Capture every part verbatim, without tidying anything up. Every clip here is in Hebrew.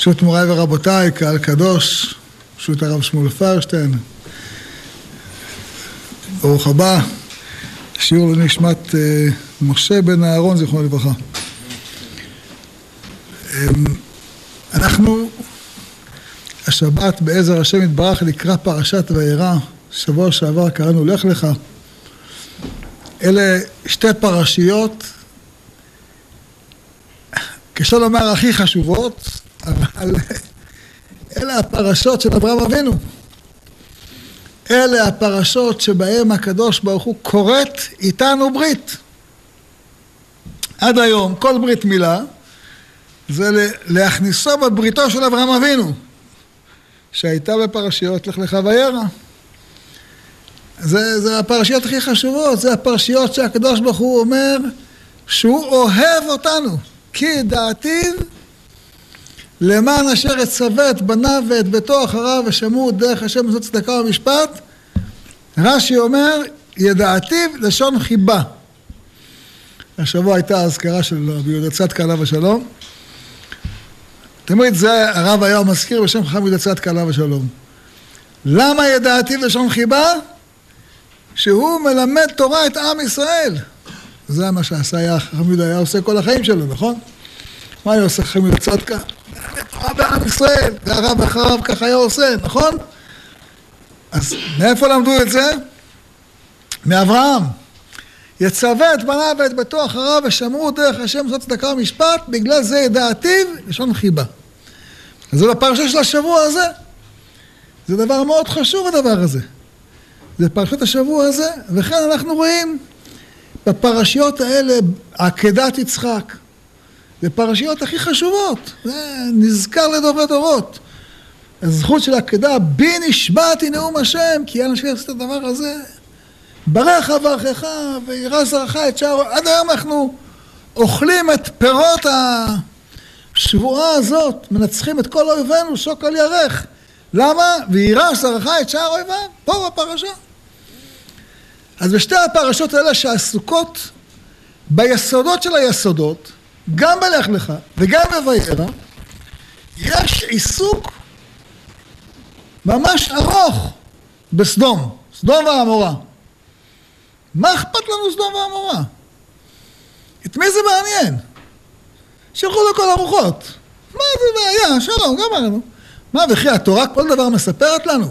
פשוט מוריי ורבותיי, קהל קדוש, פשוט הרב שמואל פיירשטיין, ברוך הבא, שיעור לנשמת אה, משה בן אהרון, זכרונו לברכה. אה, אנחנו, השבת בעזר השם יתברך לקרא פרשת וירא, שבוע שעבר קראנו לך לך. אלה שתי פרשיות, כשאני לומר הכי חשובות, אבל אלה הפרשות של אברהם אבינו. אלה הפרשות שבהם הקדוש ברוך הוא כורת איתנו ברית. עד היום, כל ברית מילה, זה להכניסו בבריתו של אברהם אבינו, שהייתה בפרשיות לך לך וירא. זה, זה הפרשיות הכי חשובות, זה הפרשיות שהקדוש ברוך הוא אומר שהוא אוהב אותנו, כי דעתיו למען אשר יצווה את בניו ואת ביתו אחריו ושמעו דרך השם לעשות צדקה ומשפט. רש"י אומר ידעתיו לשון חיבה. השבוע הייתה הזכרה של רבי יהודה צדקה עליו השלום. תמיד זה הרב היה מזכיר בשם חכם יהודה צדקה עליו השלום. למה ידעתיו לשון חיבה? שהוא מלמד תורה את עם ישראל. זה מה שעשה היה חכם יהודה, היה עושה כל החיים שלו, נכון? מה היה עושה חכם יהודה צדקה? מלמד תורה בעם ישראל, והרב אחריו ככה היה עושה, נכון? אז מאיפה למדו את זה? מאברהם. יצווה את בניו ואת ביתו אחריו ושמרו דרך השם לעשות צדקה ומשפט, בגלל זה ידעתיו לשון חיבה. אז זה בפרשה של השבוע הזה. זה דבר מאוד חשוב הדבר הזה. זה פרשת השבוע הזה, וכן אנחנו רואים בפרשיות האלה עקדת יצחק. זה פרשיות הכי חשובות, זה נזכר לדורי דורות. הזכות של העקדה, בי נשבעתי נאום השם, כי אנשים עשו את הדבר הזה, ברך אברכך וירא זרעך את שער. עד היום אנחנו אוכלים את פירות השבועה הזאת, מנצחים את כל אויבינו, שוק על ירך. למה? וירא זרעך את שער אויביו, פה בפרשה. אז בשתי הפרשות האלה שעסוקות ביסודות של היסודות, גם בלך לך וגם בוירא, יש עיסוק ממש ארוך בסדום, סדום ועמורה. מה אכפת לנו סדום ועמורה? את מי זה מעניין? שלחו לכל הרוחות. מה זה בעיה? שלום, גמרנו. מה וכי התורה כל דבר מספרת לנו?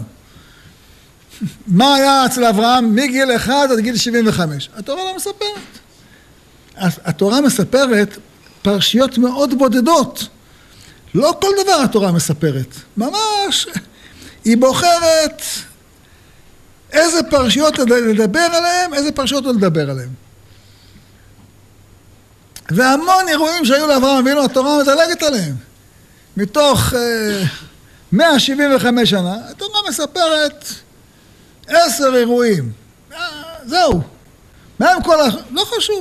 מה היה אצל אברהם מגיל אחד עד גיל שבעים וחמש? התורה לא מספרת. התורה מספרת פרשיות מאוד בודדות. לא כל דבר התורה מספרת. ממש. היא בוחרת איזה פרשיות לדבר עליהן, איזה פרשיות לא לדבר עליהן. והמון אירועים שהיו לאברהם אבינו, התורה מדלגת עליהם. מתוך אה, מאה שבעים וחמש שנה, התורה מספרת עשר אירועים. אה, זהו. מהם כל ה... לא חשוב.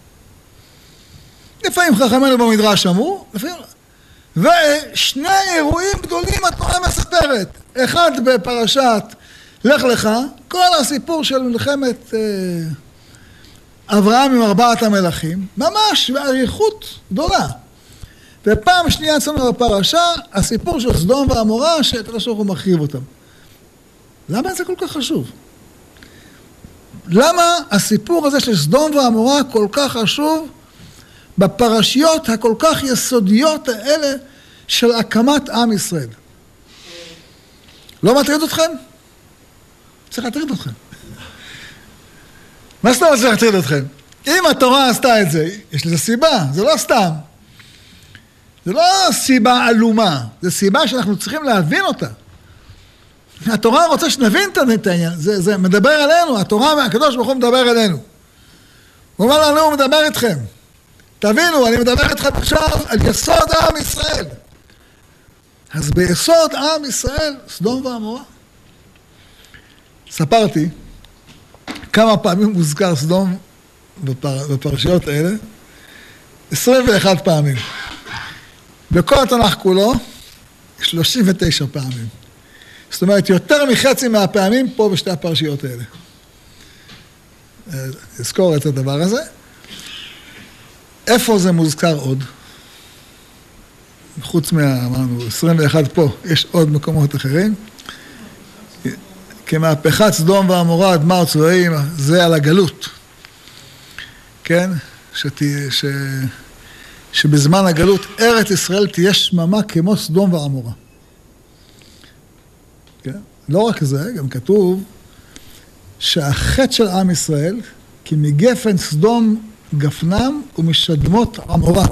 לפעמים חכמינו במדרש אמרו, לפעמים... ושני אירועים גדולים התורה מספרת. אחד בפרשת לך לך, כל הסיפור של מלחמת אה, אברהם עם ארבעת המלכים, ממש באריכות גדולה. ופעם שנייה אצלנו בפרשה, הסיפור של סדום ועמורה, שהקדוש ברוך הוא מחריב אותם. למה זה כל כך חשוב? למה הסיפור הזה של סדום ועמורה כל כך חשוב בפרשיות הכל כך יסודיות האלה של הקמת עם ישראל? לא מטריד אתכם? צריך להטריד אתכם. מה סתם צריך להטריד אתכם? אם התורה עשתה את זה, יש לזה סיבה, זה לא סתם. זה לא סיבה עלומה, זה סיבה שאנחנו צריכים להבין אותה. התורה רוצה שנבין את העניין, זה, זה מדבר עלינו, התורה, הקדוש ברוך הוא מדבר עלינו. הוא אומר לנו, הוא מדבר איתכם. תבינו, אני מדבר איתכם עכשיו על יסוד עם ישראל. אז ביסוד עם ישראל, סדום ועמורה. ספרתי כמה פעמים מוזכר סדום בפר... בפרשיות האלה, עשרים ואחת פעמים. בכל התנ"ך כולו, שלושים ותשע פעמים. זאת אומרת, יותר מחצי מהפעמים פה בשתי הפרשיות האלה. אזכור את הדבר הזה. איפה זה מוזכר עוד? חוץ מה, אמרנו, עשרים ואחת פה, יש עוד מקומות אחרים. כמהפכת סדום ועמורה, דמר צבעים, זה על הגלות. כן? שתי, ש, שבזמן הגלות ארץ ישראל תהיה שממה כמו סדום ועמורה. כן? לא רק זה, גם כתוב שהחטא של עם ישראל, כי מגפן סדום גפנם ומשדמות עמורה.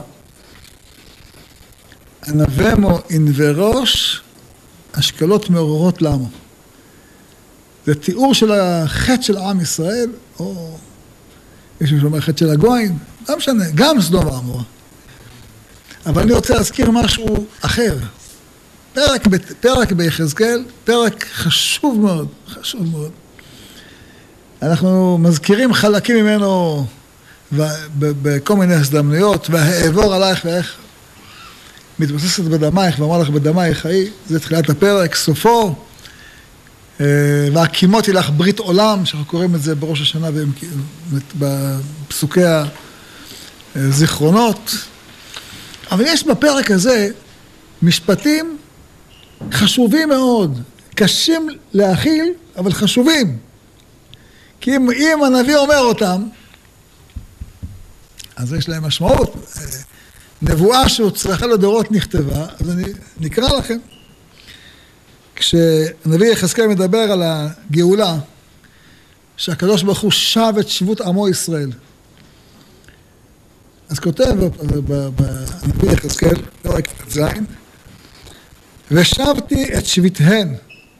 ענבמו אינברוש, אשכלות מעוררות לעמו. זה תיאור של החטא של עם ישראל, או יש מי שאומר חטא של הגויים, לא משנה, גם סדום ועמורה. אבל אני רוצה להזכיר משהו אחר. פרק, פרק ביחזקאל, פרק חשוב מאוד, חשוב מאוד. אנחנו מזכירים חלקים ממנו בכל מיני הזדמנויות, והעבור עלייך ואיך מתבססת בדמייך, ואמר לך בדמייך חיי, זה תחילת הפרק, סופו, והקימותי לך ברית עולם, שאנחנו קוראים את זה בראש השנה בפסוקי הזיכרונות. אבל יש בפרק הזה משפטים חשובים מאוד, קשים להכיל, אבל חשובים. כי אם, אם הנביא אומר אותם, אז יש להם משמעות. נבואה שהוצלחה לדורות נכתבה, אז אני נקרא לכם. כשהנביא יחזקאל מדבר על הגאולה, שהקדוש ברוך הוא שב את שבות עמו ישראל. אז כותב בנביא יחזקאל, פרק ז', ושבתי את שביתהן,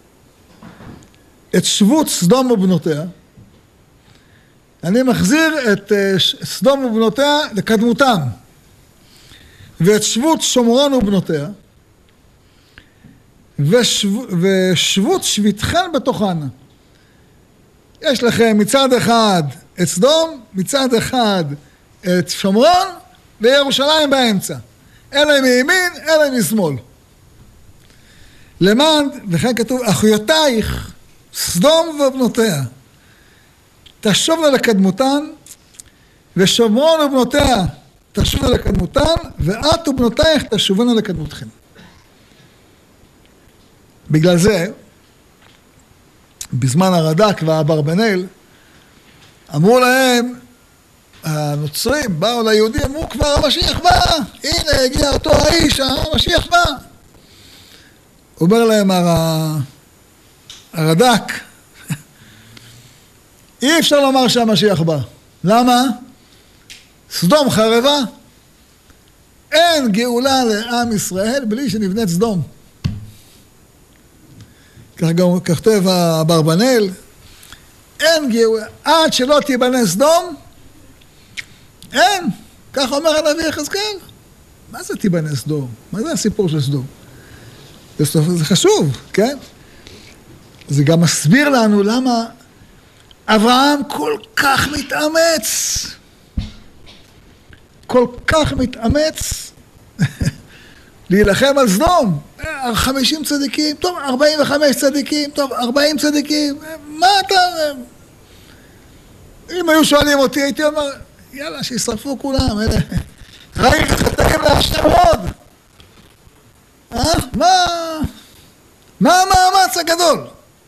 את שבות סדום ובנותיה, אני מחזיר את סדום ובנותיה לקדמותם, ואת שבות שומרון ובנותיה, ושב, ושבות שביתכן בתוכן. יש לכם מצד אחד את סדום, מצד אחד את שומרון, וירושלים באמצע. אלה מימין, אלה משמאל. למען, וכן כתוב, אחיותייך, סדום ובנותיה, תשובנה לקדמותן, ושומרון ובנותיה תשובנה לקדמותן, ואת ובנותייך תשובנה לקדמותכן. בגלל זה, בזמן הרד"ק והאברבנאל, אמרו להם, הנוצרים באו ליהודים, אמרו כבר המשיח בא, הנה הגיע אותו האיש, המשיח בא. אומר להם הרד"ק, אי אפשר לומר שהמשיח בא. למה? סדום חרבה. אין גאולה לעם ישראל בלי שנבנית סדום. כך גם כתב אברבנאל, אין גאולה, עד שלא תיבנה סדום, אין. כך אומר הנביא יחזקאל. מה זה תיבנה סדום? מה זה הסיפור של סדום? זה, זה חשוב, כן? זה גם מסביר לנו למה אברהם כל כך מתאמץ. כל כך מתאמץ להילחם על סדום. חמישים צדיקים, טוב, ארבעים וחמש צדיקים, טוב, ארבעים צדיקים, מה אתה... אם היו שואלים אותי, הייתי אומר, יאללה, שישרפו כולם, אלה. ראי חטאים להשם עוד. אה? מה... מה המאמץ הגדול?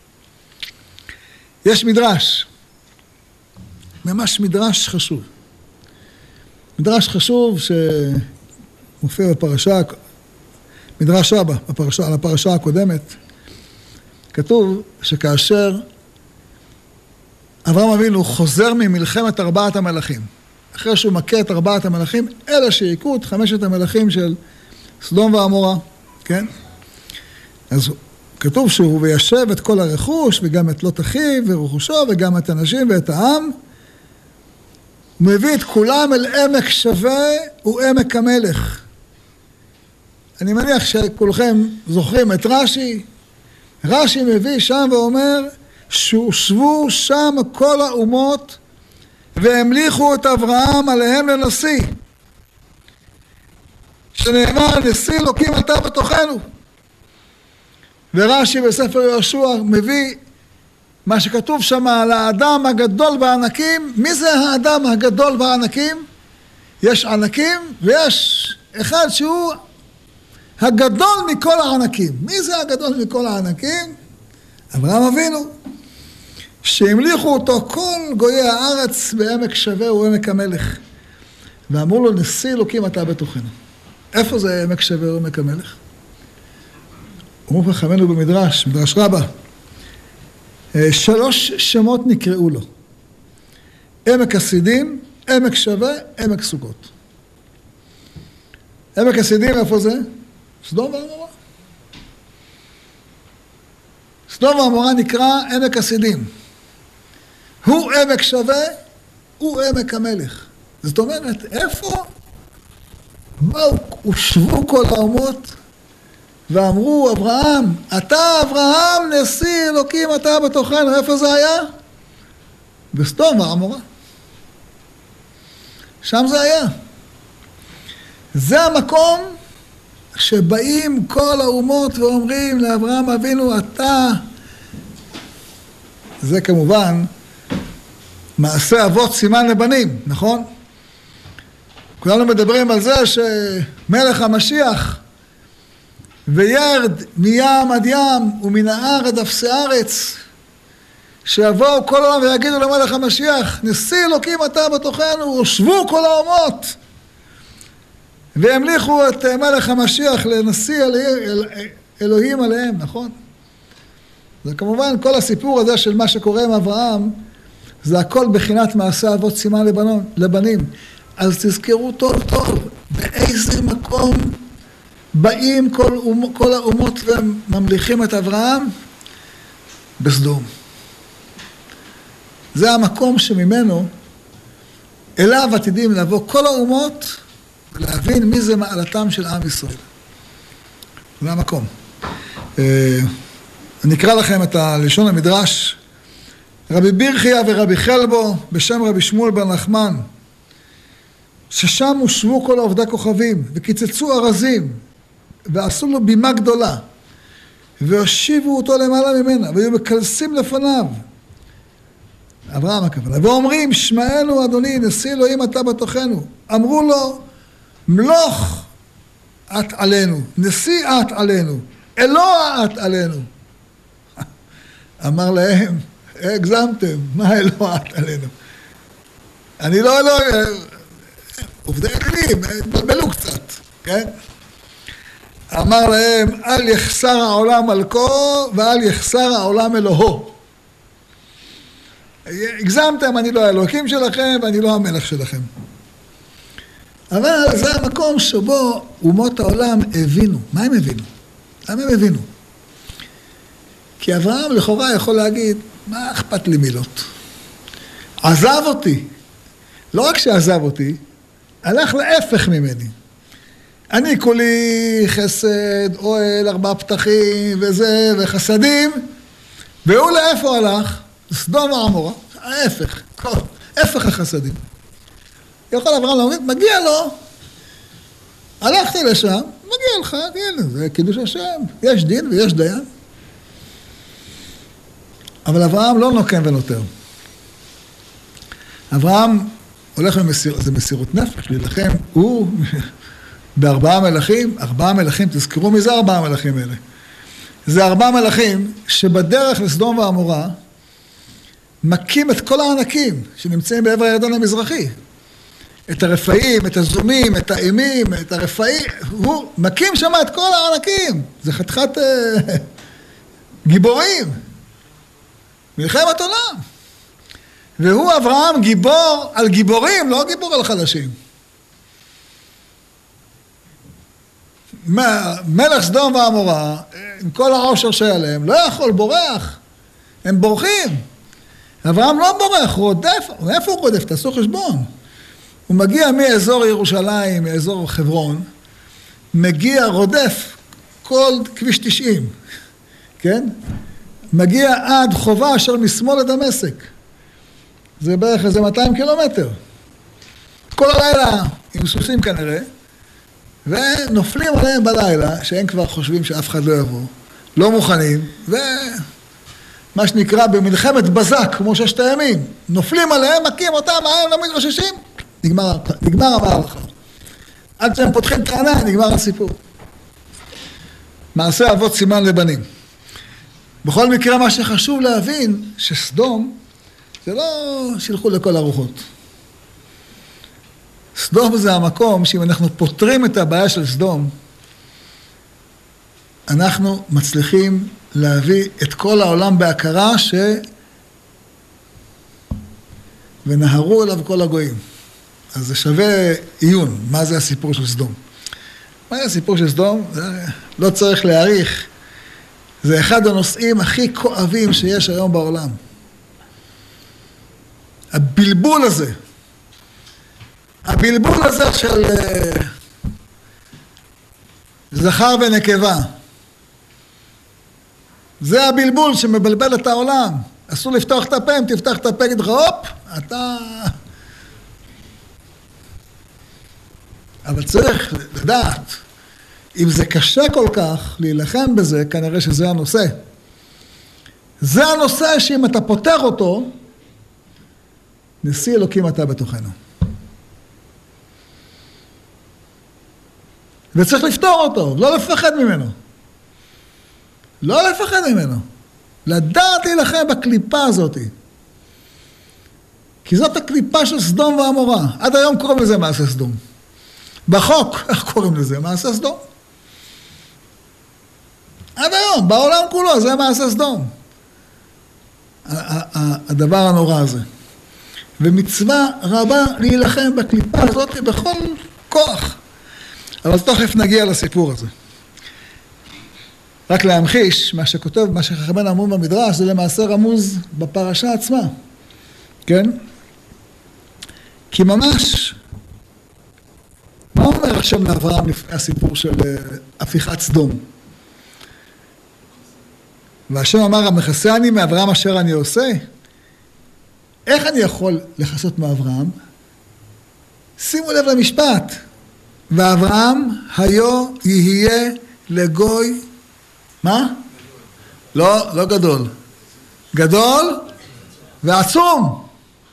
יש מדרש, ממש מדרש חשוב. מדרש חשוב שמופיע בפרשה, מדרש אבא, בפרשה, על הפרשה הקודמת, כתוב שכאשר אברהם אבינו חוזר ממלחמת ארבעת המלכים, אחרי שהוא מכה את ארבעת המלכים, אלה שהיכו את חמשת המלכים של סדום ועמורה, כן? אז כתוב שהוא וישב את כל הרכוש, וגם את לוט אחיו ורכושו, וגם את הנשים ואת העם, הוא מביא את כולם אל עמק שווה ועמק המלך. אני מניח שכולכם זוכרים את רש"י. רש"י מביא שם ואומר, שהושבו שם כל האומות, והמליכו את אברהם עליהם לנשיא. שנאמר, נשיא אלוקים אתה בתוכנו. ורש"י בספר יהושע מביא מה שכתוב שם על האדם הגדול בענקים. מי זה האדם הגדול בענקים? יש ענקים ויש אחד שהוא הגדול מכל הענקים. מי זה הגדול מכל הענקים? אברהם אבינו. שהמליכו אותו כל גויי הארץ בעמק שווה ועמק המלך. ואמרו לו, נשיא אלוקים אתה בתוכנו. איפה זה עמק שווה ועמק המלך? אומרים חכמינו במדרש, מדרש רבה. שלוש שמות נקראו לו. עמק הסידים, עמק שווה, עמק סוכות. עמק הסידים, איפה זה? סדום ועמורה. סדום ועמורה נקרא עמק הסידים. הוא עמק שווה, הוא עמק המלך. זאת אומרת, איפה? באו, הושבו כל האומות, ואמרו, אברהם, אתה אברהם נשיא אלוקים אתה בתוכנו. איפה זה היה? בסדום ועמורה. שם זה היה. זה המקום שבאים כל האומות ואומרים לאברהם אבינו, אתה, זה כמובן מעשה אבות סימן לבנים, נכון? כולנו מדברים על זה שמלך המשיח וירד מים עד ים ומן ההר עד אפסי ארץ, שיבואו כל העולם ויגידו למלך המשיח, נשיא אלוקים אתה בתוכנו, הושבו כל האומות והמליכו את מלך המשיח לנשיא אל... אלוהים עליהם, נכון? זה כמובן כל הסיפור הזה של מה שקורה עם אברהם, זה הכל בחינת מעשה אבות סימן לבנון, לבנים. אז תזכרו טוב טוב, באיזה מקום באים כל, כל האומות וממליכים את אברהם? בסדום. זה המקום שממנו אליו עתידים לבוא כל האומות ולהבין מי זה מעלתם של עם ישראל. זה המקום. אני אקרא לכם את הלשון המדרש. רבי בירכיה ורבי חלבו בשם רבי שמואל בן נחמן, ששם הושבו כל עובדי כוכבים וקיצצו ארזים ועשו לו בימה גדולה והושיבו אותו למעלה ממנה והיו מקלסים לפניו, אברהם הכוונה, ואומרים שמענו אדוני נשיא אלוהים אתה בתוכנו. אמרו לו מלוך את עלינו, נשיא את עלינו, אלוה את עלינו. אמר להם, הגזמתם, מה אלוה את עלינו? אני לא אלוה, עובדי אלילים, התבלבלו קצת, כן? אמר להם, אל יחסר העולם מלכו ואל יחסר העולם אלוהו. הגזמתם, אני לא האלוקים שלכם ואני לא המלך שלכם. אבל זה המקום שבו אומות העולם הבינו. מה הם הבינו? למה הם הבינו? כי אברהם לכאורה יכול להגיד, מה אכפת לי מילות? עזב אותי. לא רק שעזב אותי, הלך להפך ממני. אני כולי חסד, אוהל, ארבעה פתחים וזה, וחסדים, והוא לאיפה הלך? סדום ועמורה, ההפך, הפך החסדים. יכול אברהם להגיד, מגיע לו, הלכתי לשם, מגיע לך, כן, זה קידוש השם, יש דין ויש דיין. אבל אברהם לא נוקם ונותר. אברהם הולך במסיר, זה מסירות נפש, להילחם, הוא בארבעה מלכים, ארבעה מלכים, תזכרו מי זה ארבעה מלכים האלה. זה ארבעה מלכים שבדרך לסדום ועמורה, מקים את כל הענקים שנמצאים בעבר הירדן המזרחי. את הרפאים, את הזומים, את האימים, את הרפאים, הוא מקים שם את כל הענקים. זה חתיכת אה, גיבורים. מלחמת עולם. והוא אברהם גיבור על גיבורים, לא גיבור על חלשים. מלך סדום ועמורה, עם כל העושר שהיה להם, לא יכול, בורח. הם בורחים. אברהם לא בורח, הוא רודף. איפה הוא רודף? תעשו חשבון. הוא מגיע מאזור ירושלים, מאזור חברון, מגיע רודף כל כביש תשעים, כן? מגיע עד חובה אשר משמאל לדמשק. זה בערך איזה מאתיים קילומטר. כל הלילה עם סוסים כנראה, ונופלים עליהם בלילה, שהם כבר חושבים שאף אחד לא יבוא, לא מוכנים, ומה שנקרא במלחמת בזק, כמו ששת הימים, נופלים עליהם, מכים אותם, הם לא מתרוששים, נגמר, נגמר המערכה. עד שהם פותחים טענה, נגמר הסיפור. מעשה אבות סימן לבנים. בכל מקרה מה שחשוב להבין שסדום זה לא שילכו לכל הרוחות. סדום זה המקום שאם אנחנו פותרים את הבעיה של סדום, אנחנו מצליחים להביא את כל העולם בהכרה ש... ונהרו אליו כל הגויים. אז זה שווה עיון, מה זה הסיפור של סדום. מה זה הסיפור של סדום? זה לא צריך להעריך. זה אחד הנושאים הכי כואבים שיש היום בעולם. הבלבול הזה, הבלבול הזה של זכר ונקבה, זה הבלבול שמבלבל את העולם. אסור לפתוח את הפה, אם תפתח את הפה, תגיד לך, הופ, אתה... אבל צריך לדעת, אם זה קשה כל כך להילחם בזה, כנראה שזה הנושא. זה הנושא שאם אתה פותח אותו, נשיא אלוקים אתה בתוכנו. וצריך לפתור אותו, לא לפחד ממנו. לא לפחד ממנו. לדעת להילחם בקליפה הזאת. כי זאת הקליפה של סדום ועמורה. עד היום קוראים לזה מעשה סדום. בחוק, איך קוראים לזה? מעשה סדום. עד היום, בעולם כולו, זה מעשה סדום. הדבר הנורא הזה. ומצווה רבה להילחם בקליפה הזאת בכל כוח. אבל תכף נגיע לסיפור הזה. רק להמחיש, מה שכותב, מה שחכמינו אמרו במדרש, זה למעשה רמוז בפרשה עצמה. כן? כי ממש, מה אומר השם לאברהם לפני הסיפור של הפיכת סדום? והשם אמר, המכסה אני מאברהם אשר אני עושה? איך אני יכול לחסות מאברהם? שימו לב למשפט. ואברהם היו יהיה לגוי, מה? לא, לא גדול. גדול ועצום.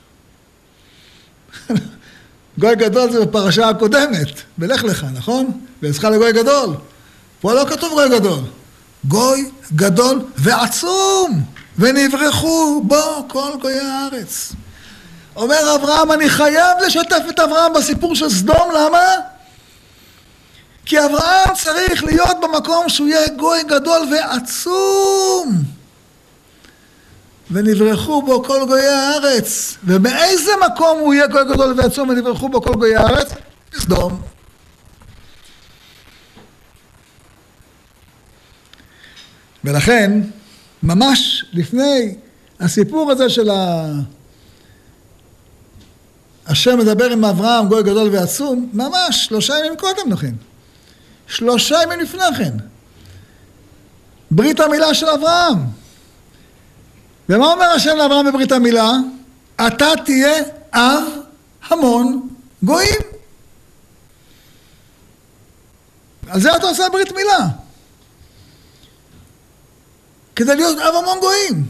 גוי גדול זה בפרשה הקודמת, בלך לך, נכון? ועזך לגוי גדול. פה לא כתוב גוי גדול. גוי גדול ועצום, ונברחו בו כל גויי הארץ. אומר אברהם, אני חייב לשתף את אברהם בסיפור של סדום, למה? כי אברהם צריך להיות במקום שהוא יהיה גוי גדול ועצום. ונברחו בו כל גויי הארץ. ובאיזה מקום הוא יהיה גוי גדול ועצום ונברחו בו כל גויי הארץ? בסדום. ולכן, ממש לפני הסיפור הזה של ה... השם מדבר עם אברהם, גוי גדול ועצום, ממש שלושה ימים קודם לכן. שלושה ימים לפני כן. ברית המילה של אברהם. ומה אומר השם לאברהם בברית המילה? אתה תהיה אב המון גויים. על זה אתה עושה ברית מילה. כדי להיות אב המון גויים.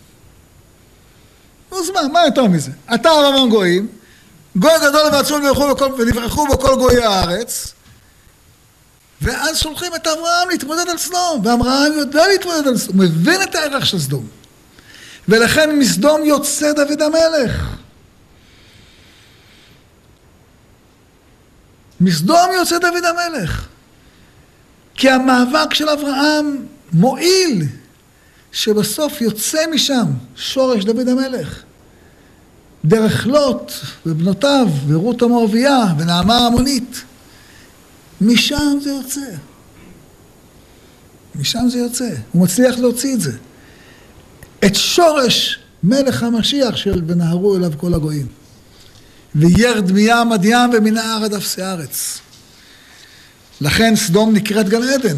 אז מה, מה יותר מזה? אתה אב המון גויים, גוי גדול ועצום ונברחו בו כל גויי הארץ, ואז שולחים את אברהם להתמודד על סדום, ואברהם יודע להתמודד על סדום, הוא מבין את הערך של סדום. ולכן מסדום יוצא דוד המלך. מסדום יוצא דוד המלך. כי המאבק של אברהם מועיל, שבסוף יוצא משם שורש דוד המלך. דרך לוט ובנותיו ורות המואביה ונעמה המונית. משם זה יוצא. משם זה יוצא. הוא מצליח להוציא את זה. את שורש מלך המשיח של ונהרו אליו כל הגויים. וירד מים עד ים ומנהר עד אפסי הארץ. לכן סדום נקראת גן עדן.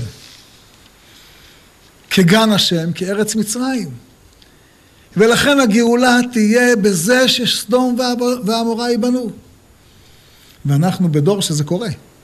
כגן השם, כארץ מצרים. ולכן הגאולה תהיה בזה שסדום ועמורה ייבנו. ואנחנו בדור שזה קורה.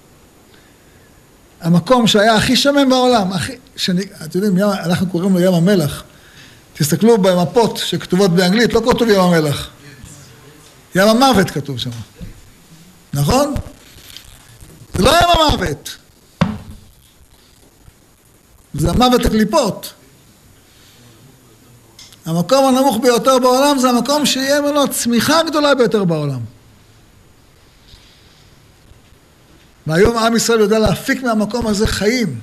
המקום שהיה הכי שמן בעולם, הכי, שאני, אתם יודעים, ים, אנחנו קוראים לו ים המלח. תסתכלו במפות שכתובות באנגלית, לא כתוב ים המלח. ים המוות כתוב שם. נכון? זה לא ים המוות. זה מוות הקליפות. המקום הנמוך ביותר בעולם זה המקום שיהיה ממנו הצמיחה הגדולה ביותר בעולם. והיום עם ישראל יודע להפיק מהמקום הזה חיים.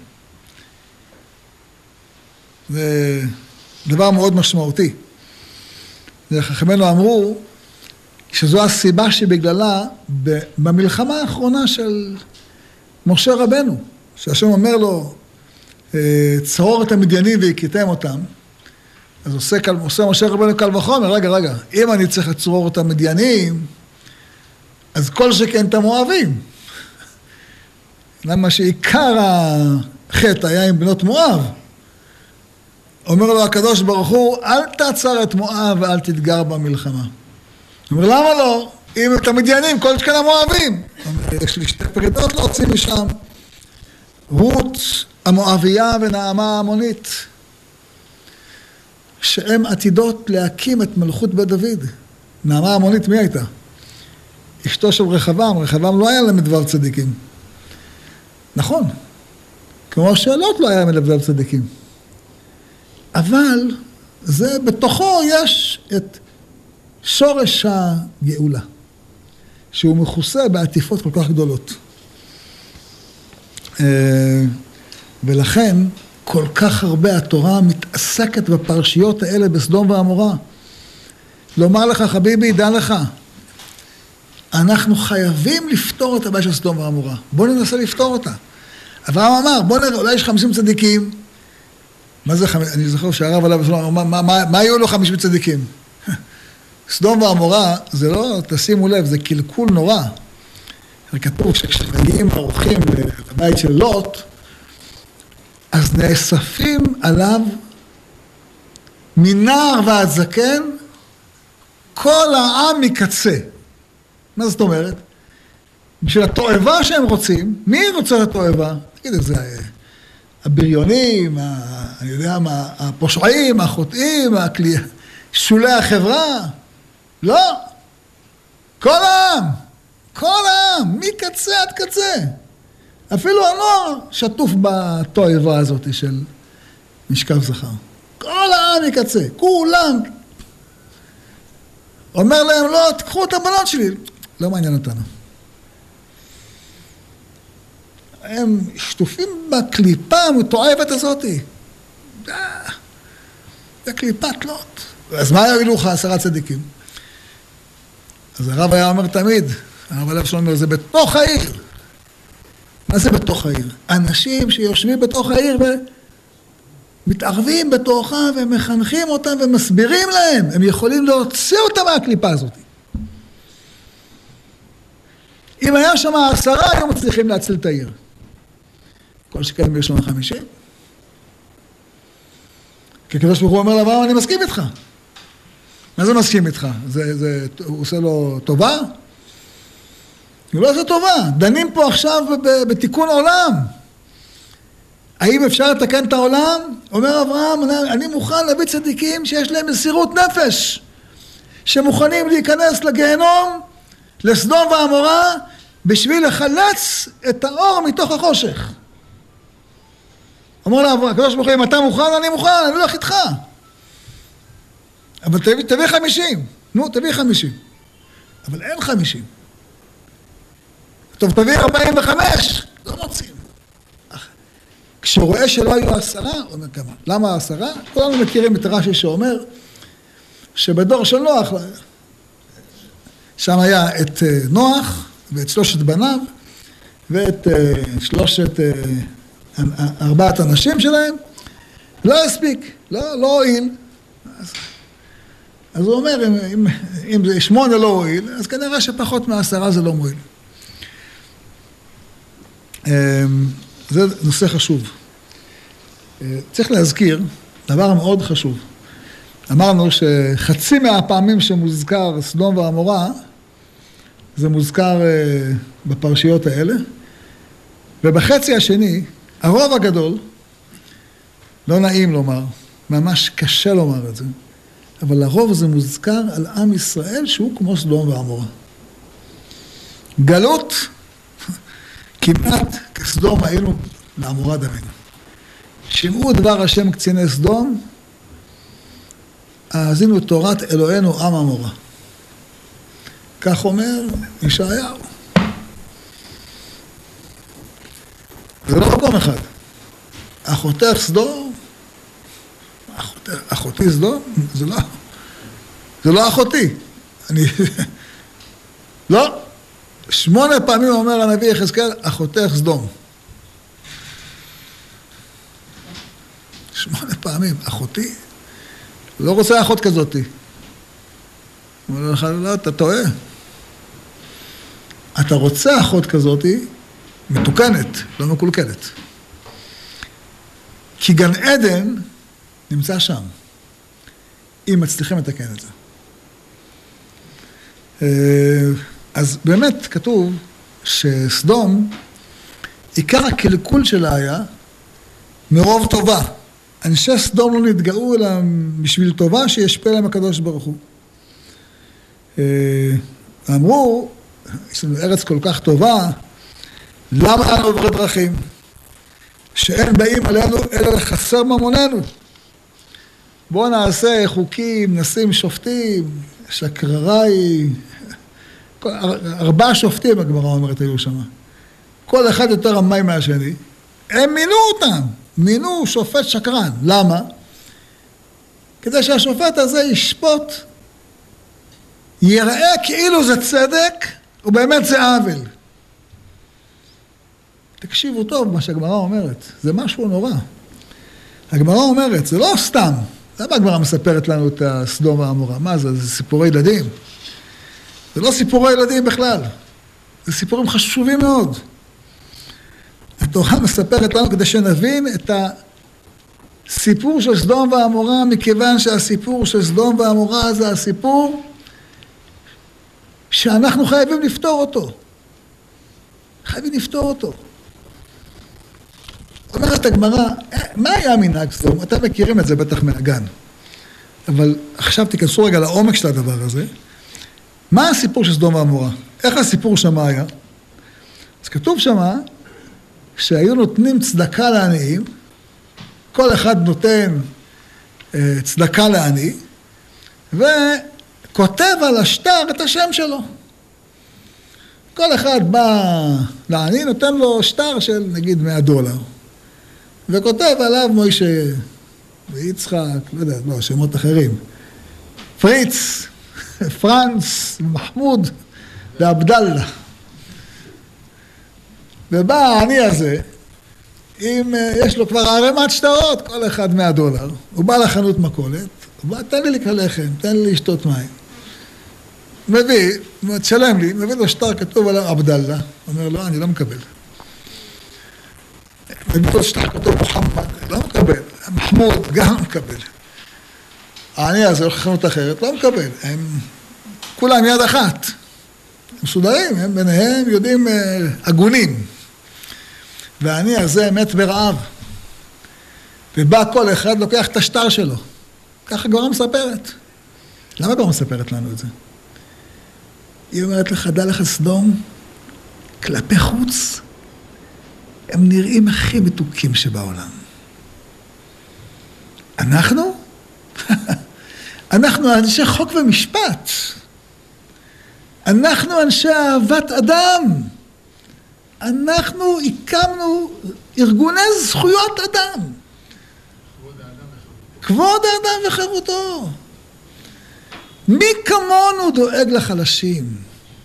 זה דבר מאוד משמעותי. חכמינו אמרו שזו הסיבה שבגללה במלחמה האחרונה של משה רבנו, שהשם אומר לו, צרור את המדיינים והכיתם אותם, אז עושה, עושה משה רבנו קל וחומר, רגע, רגע, אם אני צריך לצרור את המדיינים, אז כל שכן את המואבים. למה שעיקר החטא היה עם בנות מואב. אומר לו הקדוש ברוך הוא, אל תעצר את מואב ואל תתגר במלחמה. הוא אומר, למה לא? אם את המדיינים, כל שכן המואבים. יש לי שתי פרידות להוציא משם. רות המואביה ונעמה המונית, שהן עתידות להקים את מלכות בית דוד. נעמה המונית, מי הייתה? אשתו של רחבעם, רחבעם לא היה למדבר צדיקים. נכון, כמו שאלות לא היה למדבר צדיקים. אבל זה בתוכו יש את שורש הגאולה, שהוא מכוסה בעטיפות כל כך גדולות. ולכן כל כך הרבה התורה מתעסקת בפרשיות האלה בסדום ועמורה. לומר לך, חביבי, דע לך, אנחנו חייבים לפתור את הבעיה של סדום ועמורה. בוא ננסה לפתור אותה. אברהם אמר, בוא נראה, אולי יש חמישים צדיקים. מה זה חמישים? אני זוכר שהרב עליו ושלום, מה, מה, מה, מה היו לו חמישים צדיקים? סדום ועמורה, זה לא, תשימו לב, זה קלקול נורא. כתוב שכשמגיעים האורחים לבית של לוט, אז נאספים עליו מנער ועד זקן, כל העם מקצה. מה זאת אומרת? בשביל התועבה שהם רוצים, מי רוצה את התועבה? תגיד את זה, הבריונים, אני יודע מה, הפושעים, החוטאים, שולי החברה. לא. כל העם, כל העם, מקצה עד קצה. אפילו הנוער שטוף בתועבה הזאת של משכב זכר. כל העם מקצה, כולם. אומר להם, לא, תקחו את הבנות שלי. לא מעניין אותנו. הם שטופים בקליפה המתועבת הזאת. זה קליפת לוט. אז מה יועילו לך עשרה צדיקים? אז הרב היה אומר תמיד, הרב הלב שלו אומר, זה בתוך העיר. מה זה בתוך העיר? אנשים שיושבים בתוך העיר ומתערבים בתוכה ומחנכים אותם ומסבירים להם. הם יכולים להוציא אותם מהקליפה הזאת. אם היה שם עשרה, היו מצליחים להציל את העיר. כל שכן יש שם חמישים. כי הקדוש ברוך הוא אומר לאברהם, אני מסכים איתך. מה זה מסכים איתך? זה, זה, הוא עושה לו טובה? הוא לא עושה טובה. דנים פה עכשיו בתיקון העולם. האם אפשר לתקן את העולם? אומר אברהם, אני, אני מוכן להביא צדיקים שיש להם מסירות נפש, שמוכנים להיכנס לגיהנום, לסדום ועמורה, בשביל לחלץ את האור מתוך החושך. אומר לה, הקדוש ברוך הוא, אם אתה מוכן, אני מוכן, אני הולך איתך. אבל תביא, תביא חמישים. נו, תביא חמישים. אבל אין חמישים. טוב, תביא ארבעים וחמש. לא מוצאים. כשהוא רואה שלא היו עשרה, הוא אומר כמה. למה עשרה? כולנו מכירים את רש"י שאומר, שבדור של נוח, שם היה את נוח, ואת שלושת בניו, ואת שלושת, ארבעת אנשים שלהם, לא הספיק, לא, לא הועיל. אז, אז הוא אומר, אם, אם, אם זה שמונה לא הועיל, אז כנראה שפחות מעשרה זה לא מועיל. זה נושא חשוב. צריך להזכיר, דבר מאוד חשוב. אמרנו שחצי מהפעמים שמוזכר סדום ועמורה, זה מוזכר בפרשיות האלה, ובחצי השני, הרוב הגדול, לא נעים לומר, ממש קשה לומר את זה, אבל לרוב זה מוזכר על עם ישראל שהוא כמו סדום ועמורה. גלות, כמעט כסדום היינו לעמורה דמינו. שמעו דבר השם קציני סדום, האזינו תורת אלוהינו עם עמורה. כך אומר ישעיהו. זה לא מקום אחד. אחותך סדום, אחותך, אחותי סדום, זה לא, זה לא אחותי. אני, לא. שמונה פעמים אומר הנביא יחזקאל, אחותך סדום. שמונה פעמים, אחותי? לא רוצה אחות כזאתי. הוא אומר לך, לא, אתה טועה. אתה רוצה אחות כזאתי, מתוקנת, לא מקולקלת. כי גן עדן נמצא שם, אם מצליחים לתקן את זה. אז באמת כתוב שסדום, עיקר הקלקול שלה היה מרוב טובה. אנשי סדום לא נתגאו אלא בשביל טובה שישפה להם הקדוש ברוך הוא. אמרו, יש לנו ארץ כל כך טובה, למה לנו עוברי דרכים? שאין באים עלינו אלא לחסר ממוננו. בואו נעשה חוקים, נשים שופטים, שקרראי, ארבעה שופטים הגמרא אומרת היו שם. כל אחד יותר רמאי מהשני. הם מינו אותם, מינו שופט שקרן. למה? כדי שהשופט הזה ישפוט, יראה כאילו זה צדק, ובאמת זה עוול. תקשיבו טוב מה שהגמרא אומרת, זה משהו נורא. הגמרא אומרת, זה לא סתם. למה הגמרא מספרת לנו את הסדום והעמורה? מה זה? זה סיפורי ילדים. זה לא סיפורי ילדים בכלל. זה סיפורים חשובים מאוד. התורה מספרת לנו כדי שנבין את הסיפור של סדום ועמורה, מכיוון שהסיפור של סדום ועמורה זה הסיפור שאנחנו חייבים לפתור אותו. חייבים לפתור אותו. אומרת הגמרא, מה היה מנהג סדום? אתם מכירים את זה בטח מהגן. אבל עכשיו תיכנסו רגע לעומק של הדבר הזה. מה הסיפור של סדום ועמורה? איך הסיפור שם היה? אז כתוב שם שהיו נותנים צדקה לעניים, כל אחד נותן אה, צדקה לעני, וכותב על השטר את השם שלו. כל אחד בא לעני, נותן לו שטר של נגיד מאה דולר, וכותב עליו מוישה ויצחק, לא יודע, לא, שמות אחרים, פריץ, פרנס, מחמוד ועבדאללה. ובא העני הזה, אם יש לו כבר ערימת שטרות, כל אחד מאה דולר, הוא בא לחנות מכולת, הוא בא, תן לי לקרוא לחם, תן לי לשתות מים. מביא, תשלם לי, מביא לו שטר כתוב עליו עבדאללה, אומר לו, אני לא מקבל. מביא לו שטר כתוב מוחמד, לא מקבל, מחמוד גם מקבל. העני הזה הולך לחנות אחרת, לא מקבל, הם כולם יד אחת. הם מסודרים, הם ביניהם יודעים הגונים. והעני הזה מת ברעב. ובא כל אחד לוקח את השטר שלו. ככה גמרא מספרת. למה גמרא מספרת לנו את זה? היא אומרת לך, דע לך סדום, כלפי חוץ, הם נראים הכי מתוקים שבעולם. אנחנו? אנחנו אנשי חוק ומשפט. אנחנו אנשי אהבת אדם. אנחנו הקמנו ארגוני זכויות אדם. כבוד האדם וחירותו. כבוד האדם וחירותו. מי כמונו דואג לחלשים?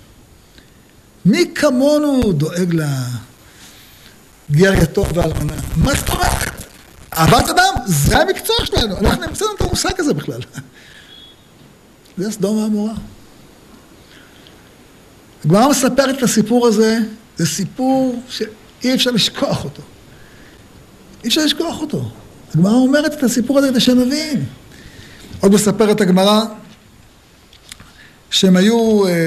מי כמונו דואג לגר יתום ואלמנה? מה זאת אומרת? אהבת אדם, זה המקצוע שלנו. אנחנו נמצאנו את המושג הזה בכלל. זה סדום ועמורה. הגמרא מספרת את הסיפור הזה, זה סיפור שאי אפשר לשכוח אותו. אי אפשר לשכוח אותו. הגמרא אומרת את הסיפור הזה כדי שנבין. עוד מספרת הגמרא שהם היו אה,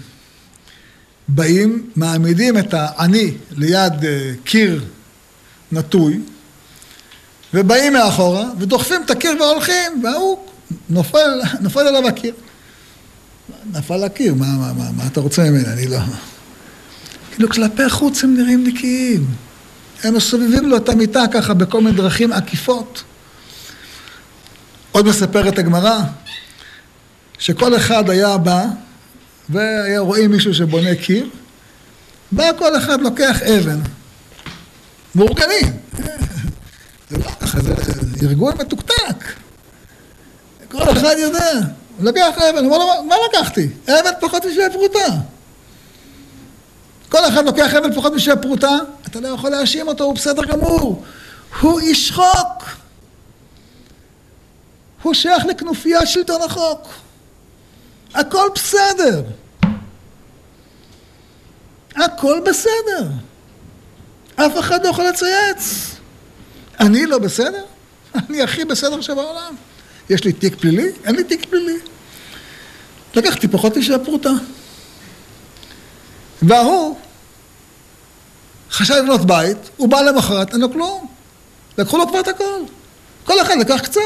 באים, מעמידים את העני ליד אה, קיר נטוי, ובאים מאחורה ודוחפים את הקיר והולכים, והוא נופל, נופל עליו הקיר. נפל לקיר, מה, מה, מה, מה אתה רוצה ממני? אני לא... כאילו כלפי חוץ הם נראים נקיים. הם מסובבים לו את המיטה ככה בכל מיני דרכים עקיפות. עוד מספרת הגמרא, שכל אחד היה בא, והיה רואים מישהו שבונה קיר, בא כל אחד לוקח אבן, מאורגנים. זה לא ככה, זה ארגון מתוקתק. כל אחד יודע, הוא לקח אבן, הוא אומר לו, מה לקחתי? אבן פחות משווה פרוטה. כל אחד לוקח אבן פחות משווה פרוטה, אתה לא יכול להאשים אותו, הוא בסדר גמור. הוא איש חוק. הוא שייך לכנופיה שלטון החוק. הכל בסדר. הכל בסדר. אף אחד לא יכול לצייץ. אני לא בסדר? אני הכי בסדר שבעולם. יש לי תיק פלילי? אין לי תיק פלילי. לקחתי פחות משווה פרוטה. והוא חשב לבנות בית, הוא בא למחרת, אין לו כלום. לקחו לו כבר את הכל. כל אחד לקח קצת.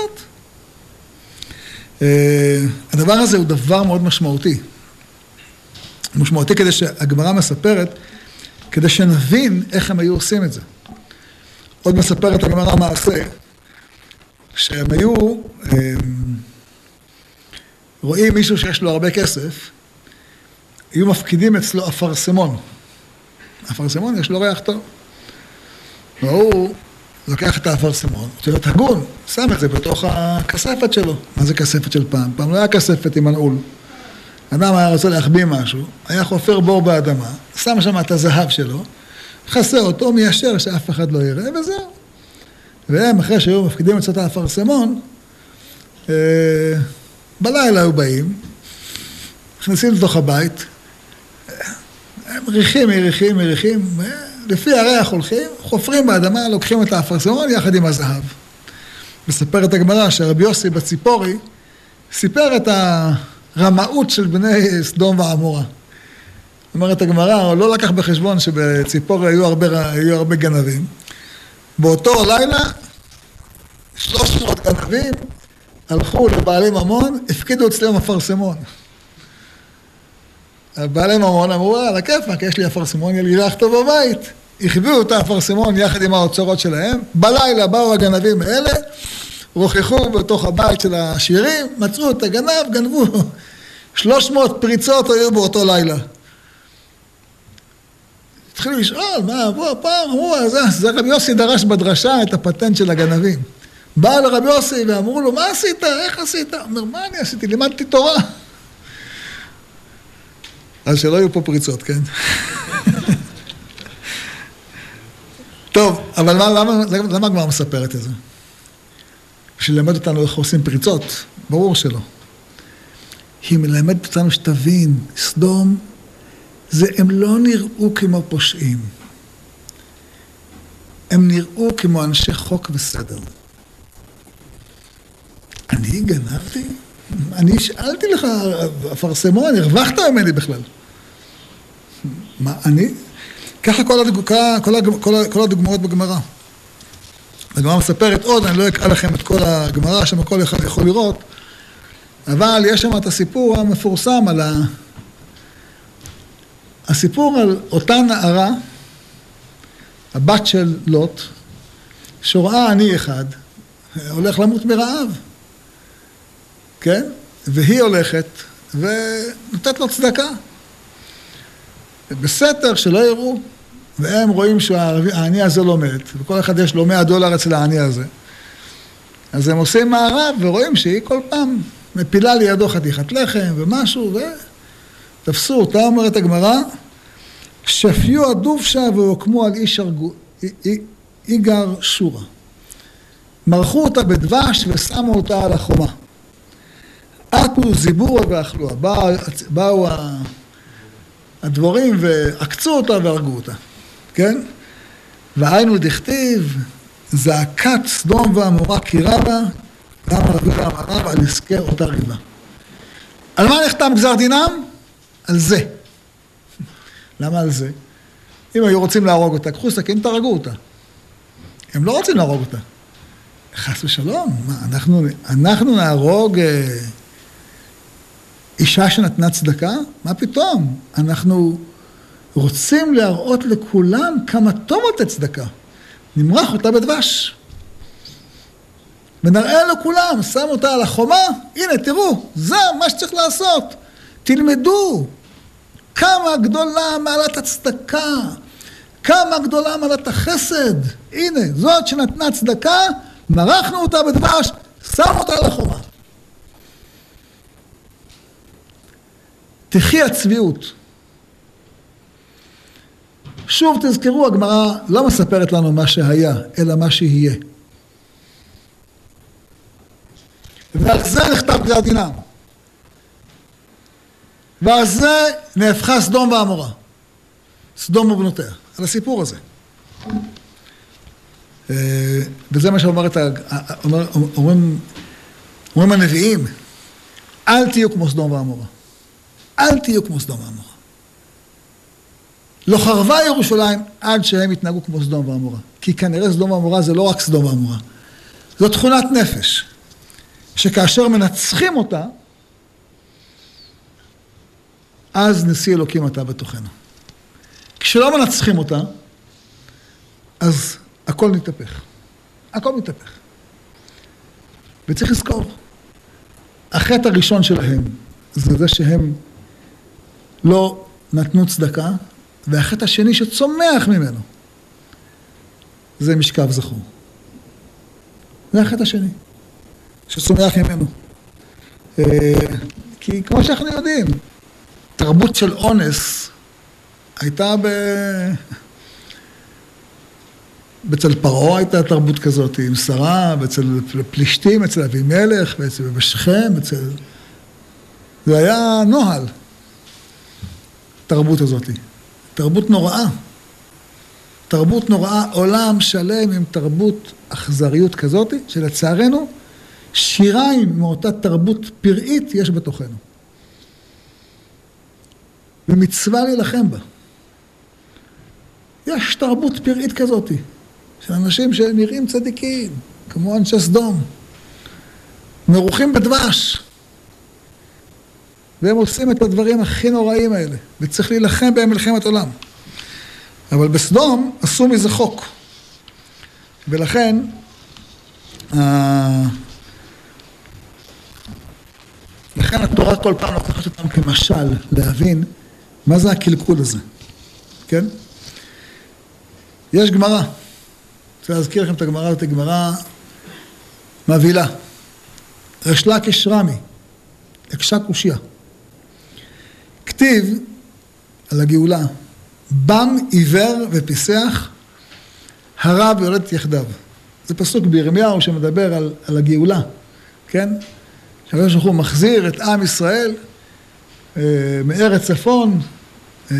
הדבר הזה הוא דבר מאוד משמעותי. משמעותי כדי שהגמרא מספרת, כדי שנבין איך הם היו עושים את זה. עוד מספרת הגמרא מעשה, שהם היו רואים מישהו שיש לו הרבה כסף, היו מפקידים אצלו אפרסמון. אפרסמון יש לו ריח טוב. והוא לוקח את האפרסמון, רוצה להיות הגון, שם את זה בתוך הכספת שלו. מה זה כספת של פעם? פעם לא היה כספת עם מנעול. אדם היה רוצה להחביא משהו, היה חופר בור באדמה, שם שם את הזהב שלו, חסה אותו מיישר שאף אחד לא יראה, וזהו. והם אחרי שהיו מפקידים את האפרסמון, אה, בלילה היו באים, נכנסים לתוך הבית, הם ריחים, מריחים, מריחים, לפי הריח הולכים, חופרים באדמה, לוקחים את האפרסמון יחד עם הזהב. מספרת הגמרא שרבי יוסי בציפורי סיפר את הרמאות של בני סדום ועמורה. אומרת הגמרא, הוא לא לקח בחשבון שבציפורי היו הרבה, היו הרבה גנבים. באותו לילה, שלוש מאות גנבים הלכו לבעלי ממון, הפקידו אצלם אפרסמון. בעלי ממון אמרו, על הכיפק, יש לי אפרסמון, יהיה לי ריח טוב בבית. החביאו את האפרסמון יחד עם האוצרות שלהם. בלילה באו הגנבים האלה, רוכחו בתוך הבית של העשירים, מצאו את הגנב, גנבו. שלוש מאות פריצות היו באותו לילה. התחילו לשאול, מה, בוא, פעם, אמרו, זה, זה רבי יוסי דרש בדרשה את הפטנט של הגנבים. בא לרבי יוסי ואמרו לו, מה עשית? איך עשית? אומר, מה אני עשיתי? לימדתי תורה. אז שלא יהיו פה פריצות, כן? טוב, אבל מה, למה, למה הגמרא מספרת את זה? בשביל ללמד אותנו איך עושים פריצות? ברור שלא. היא מלמדת אותנו שתבין, סדום, זה הם לא נראו כמו פושעים. הם נראו כמו אנשי חוק וסדר. אני גנבתי? אני שאלתי לך, אפרסמון, הרווחת ממני בכלל. מה, אני? ככה כל, הדוג... כל, הדוג... כל, כל הדוגמאות בגמרא. הגמרא מספרת עוד, אני לא אקרא לכם את כל הגמרא, שם כל אחד יכול לראות, אבל יש שם את הסיפור המפורסם על ה... הסיפור על אותה נערה, הבת של לוט, שרואה עני אחד, הולך למות מרעב. כן? והיא הולכת ונותנת לו צדקה. בסתר שלא יראו, והם רואים שהעני הזה לא מת, וכל אחד יש לו מאה דולר אצל העני הזה. אז הם עושים מערב ורואים שהיא כל פעם מפילה לידו חתיכת לחם ומשהו, ותפסו אותה, אומרת הגמרא, שפיו הדובשה והוקמו על איש ארגו, איגר שורה. מרחו אותה בדבש ושמו אותה על החומה. עטו זיבורה ואכלוה. באו, באו הדבורים ועקצו אותה והרגו אותה. כן? והיינו דכתיב, זעקת סדום ועמורה כי רבה, גם רבי ואמרה על עסקי אותה ריבה. על מה נחתם גזר דינם? על זה. למה על זה? אם היו רוצים להרוג אותה, קחו סכין, תהרגו אותה. הם לא רוצים להרוג אותה. חס ושלום, מה, אנחנו, אנחנו נהרוג אה, אישה שנתנה צדקה? מה פתאום? אנחנו רוצים להראות לכולם כמה טוב את צדקה. נמרח אותה בדבש. ונראה לכולם, שם אותה על החומה, הנה תראו, זה מה שצריך לעשות. תלמדו כמה גדולה מעלת הצדקה, כמה גדולה מעלת החסד. הנה, זאת שנתנה צדקה, מרחנו אותה בדבש, שם אותה על החומה. תחי הצביעות. שוב תזכרו, הגמרא לא מספרת לנו מה שהיה, אלא מה שיהיה. ועל זה נכתב גזר דינם. ועל זה נהפכה סדום ועמורה. סדום ובנותיה. על הסיפור הזה. וזה מה שאומרת, אומרים, אומרים הנביאים, אל תהיו כמו סדום ועמורה. אל תהיו כמו סדום ועמורה. לא חרבה ירושלים עד שהם יתנהגו כמו סדום ועמורה. כי כנראה סדום ועמורה זה לא רק סדום ועמורה. זו תכונת נפש. שכאשר מנצחים אותה, אז נשיא אלוקים אתה בתוכנו. כשלא מנצחים אותה, אז הכל מתהפך. הכל מתהפך. וצריך לזכור, החטא הראשון שלהם, זה זה שהם לא נתנו צדקה, והחטא השני שצומח ממנו, זה משכב זכור. זה החטא השני, שצומח ממנו. כי כמו שאנחנו יודעים, תרבות של אונס הייתה ב... אצל פרעה הייתה תרבות כזאת, עם שרה, אצל פלישתים, אצל אבימלך, ואצל בשכם, אצל... זה היה נוהל, תרבות הזאת. תרבות נוראה. תרבות נוראה, עולם שלם עם תרבות אכזריות כזאת, שלצערנו, שיריים מאותה תרבות פראית יש בתוכנו. ומצווה להילחם בה. יש תרבות פראית כזאת, של אנשים שנראים צדיקים, כמו אנשי סדום, מרוחים בדבש, והם עושים את הדברים הכי נוראים האלה, וצריך להילחם בהם מלחמת עולם. אבל בסדום עשו מזה חוק, ולכן, לכן התורה כל פעם לוקחת אותם כמשל להבין מה זה הקלקול הזה, כן? יש גמרא, אני רוצה להזכיר לכם את הגמרא, זאת גמרא מבהילה. ריש לקיש רמי, הקשה קושיה. כתיב על הגאולה, בם עיוור ופיסח, הרב יולדת יחדיו. זה פסוק בירמיהו שמדבר על, על הגאולה, כן? שהקדוש ברוך הוא מחזיר את עם ישראל אה, מארץ צפון, אה,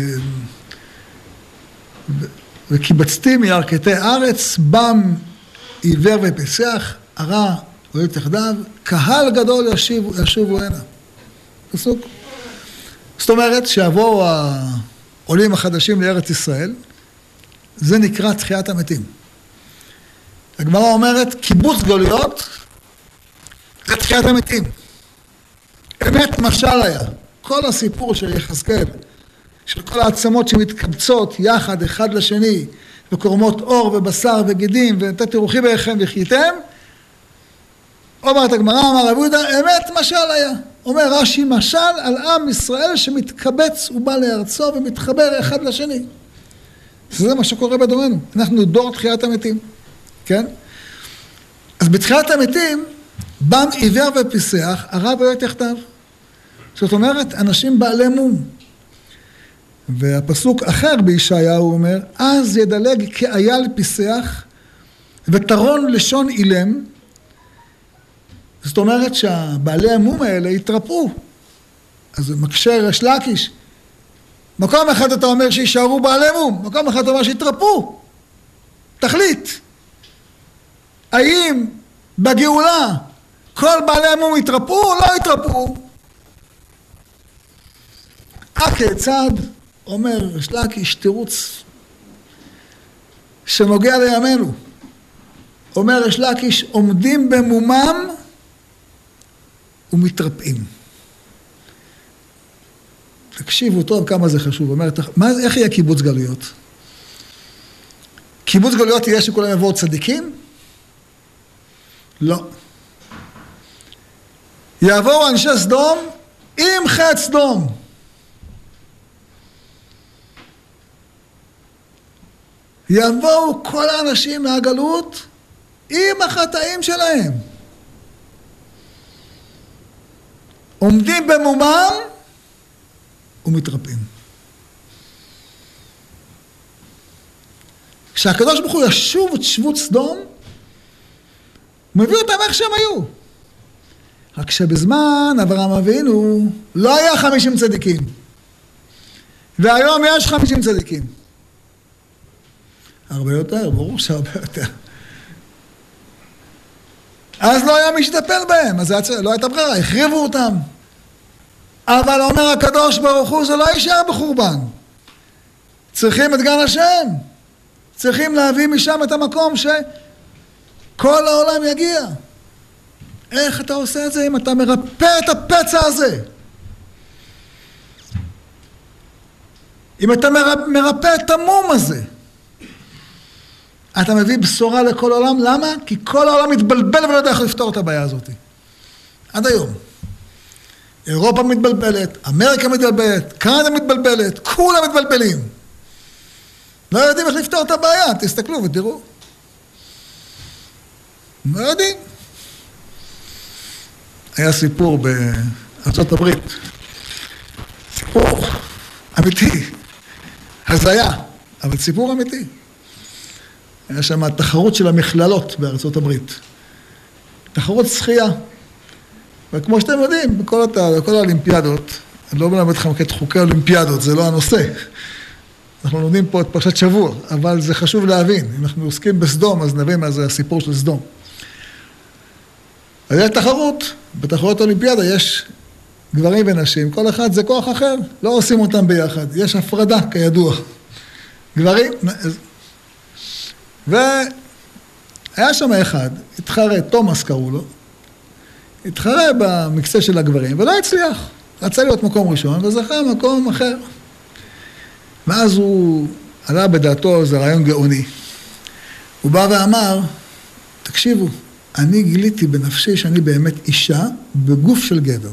וקיבצתי מירכתי ארץ, בם עיוור ופיסח, הרע יולדת יחדיו, קהל גדול ישובו, ישובו הנה. פסוק. זאת אומרת שיבואו העולים החדשים לארץ ישראל, זה נקרא תחיית המתים. הגמרא אומרת, קיבוץ גלויות, זה תחיית המתים. אמת משל היה. כל הסיפור של יחזקאל, של כל העצמות שמתקבצות יחד אחד לשני, וקורמות אור ובשר וגידים, ונתתי רוחי ביניכם וחייתם, אומרת הגמרא, אמר רבי יהודה, אמת משל היה. אומר רש"י, משל על עם ישראל שמתקבץ ובא לארצו ומתחבר אחד לשני. זה מה שקורה בדורנו. אנחנו דור תחיית המתים. כן? אז בתחיית המתים, בם עיוור ופיסח, הרב יולדת יחדיו. זאת אומרת, אנשים בעלי מום. והפסוק אחר בישעיהו אומר, אז ידלג כאייל פיסח וטרון לשון אילם. זאת אומרת שהבעלי המום האלה יתרפאו. אז זה מקשר ריש לקיש. מקום אחד אתה אומר שישארו בעלי מום, מקום אחד אתה אומר שיתרפאו. תחליט. האם בגאולה כל בעלי המום יתרפאו או לא יתרפאו? הכיצד אומר ריש לקיש תירוץ שנוגע לימינו. אומר ריש לקיש, עומדים במומם ומתרפאים. תקשיבו טוב כמה זה חשוב. אומרת, מה, איך יהיה קיבוץ גלויות? קיבוץ גלויות יהיה שכולם יבואו צדיקים? לא. יבואו אנשי סדום עם חטא סדום. יבואו כל האנשים מהגלות עם החטאים שלהם. עומדים במומם ומתרפאים. כשהקדוש ברוך הוא ישוב את שבות סדום, הוא מביא אותם איך שהם היו. רק שבזמן אברהם אבינו לא היה חמישים צדיקים. והיום יש חמישים צדיקים. הרבה יותר, ברור שהרבה יותר. אז לא היה מי שטפל בהם, אז לא הייתה ברירה, החריבו אותם. אבל אומר הקדוש ברוך הוא, זה לא יישאר בחורבן. צריכים את גן השם. צריכים להביא משם את המקום שכל העולם יגיע. איך אתה עושה את זה אם אתה מרפא את הפצע הזה? אם אתה מרפא את המום הזה, אתה מביא בשורה לכל העולם. למה? כי כל העולם מתבלבל ולא יודע איך לפתור את הבעיה הזאת. עד היום. אירופה מתבלבלת, אמריקה מתבלבלת, קנדה מתבלבלת, כולם מתבלבלים. לא יודעים איך לפתור את הבעיה, תסתכלו ותראו. לא יודעים. היה סיפור בארצות הברית. סיפור אמיתי. הזיה, אבל סיפור אמיתי. היה שם תחרות של המכללות בארצות הברית. תחרות שחייה. וכמו שאתם יודעים, בכל, הת... בכל האולימפיאדות, אני לא מלמד אתכם את חוקי האולימפיאדות, זה לא הנושא. אנחנו לומדים פה את פרשת שבוע, אבל זה חשוב להבין. אם אנחנו עוסקים בסדום, אז נבין מה זה הסיפור של סדום. אז יש תחרות, בתחרות האולימפיאדה יש גברים ונשים, כל אחד זה כוח אחר, לא עושים אותם ביחד, יש הפרדה כידוע. גברים, והיה שם אחד, התחרה, תומאס קראו לו, התחרה במקצה של הגברים, ולא הצליח, רצה להיות מקום ראשון, וזכה מקום אחר. ואז הוא עלה בדעתו, זה רעיון גאוני. הוא בא ואמר, תקשיבו, אני גיליתי בנפשי שאני באמת אישה בגוף של גבר.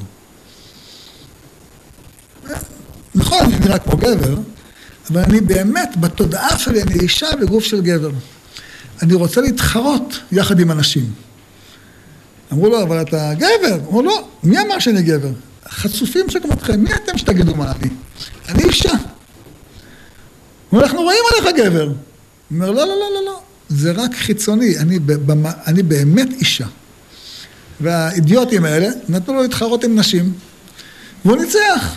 נכון, אני נראה כמו גבר, אבל אני באמת, בתודעה שלי, אני אישה בגוף של גבר. אני רוצה להתחרות יחד עם אנשים. אמרו לו, אבל אתה גבר. אמרו לו, מי אמר שאני גבר? חצופים שכמותכם, מי אתם שתגידו מה אני? אני אישה. אמרו, אנחנו רואים עליך גבר. הוא אומר, לא, לא, לא, לא, לא. זה רק חיצוני, אני, במה, אני באמת אישה. והאידיוטים האלה נתנו לו להתחרות עם נשים, והוא ניצח.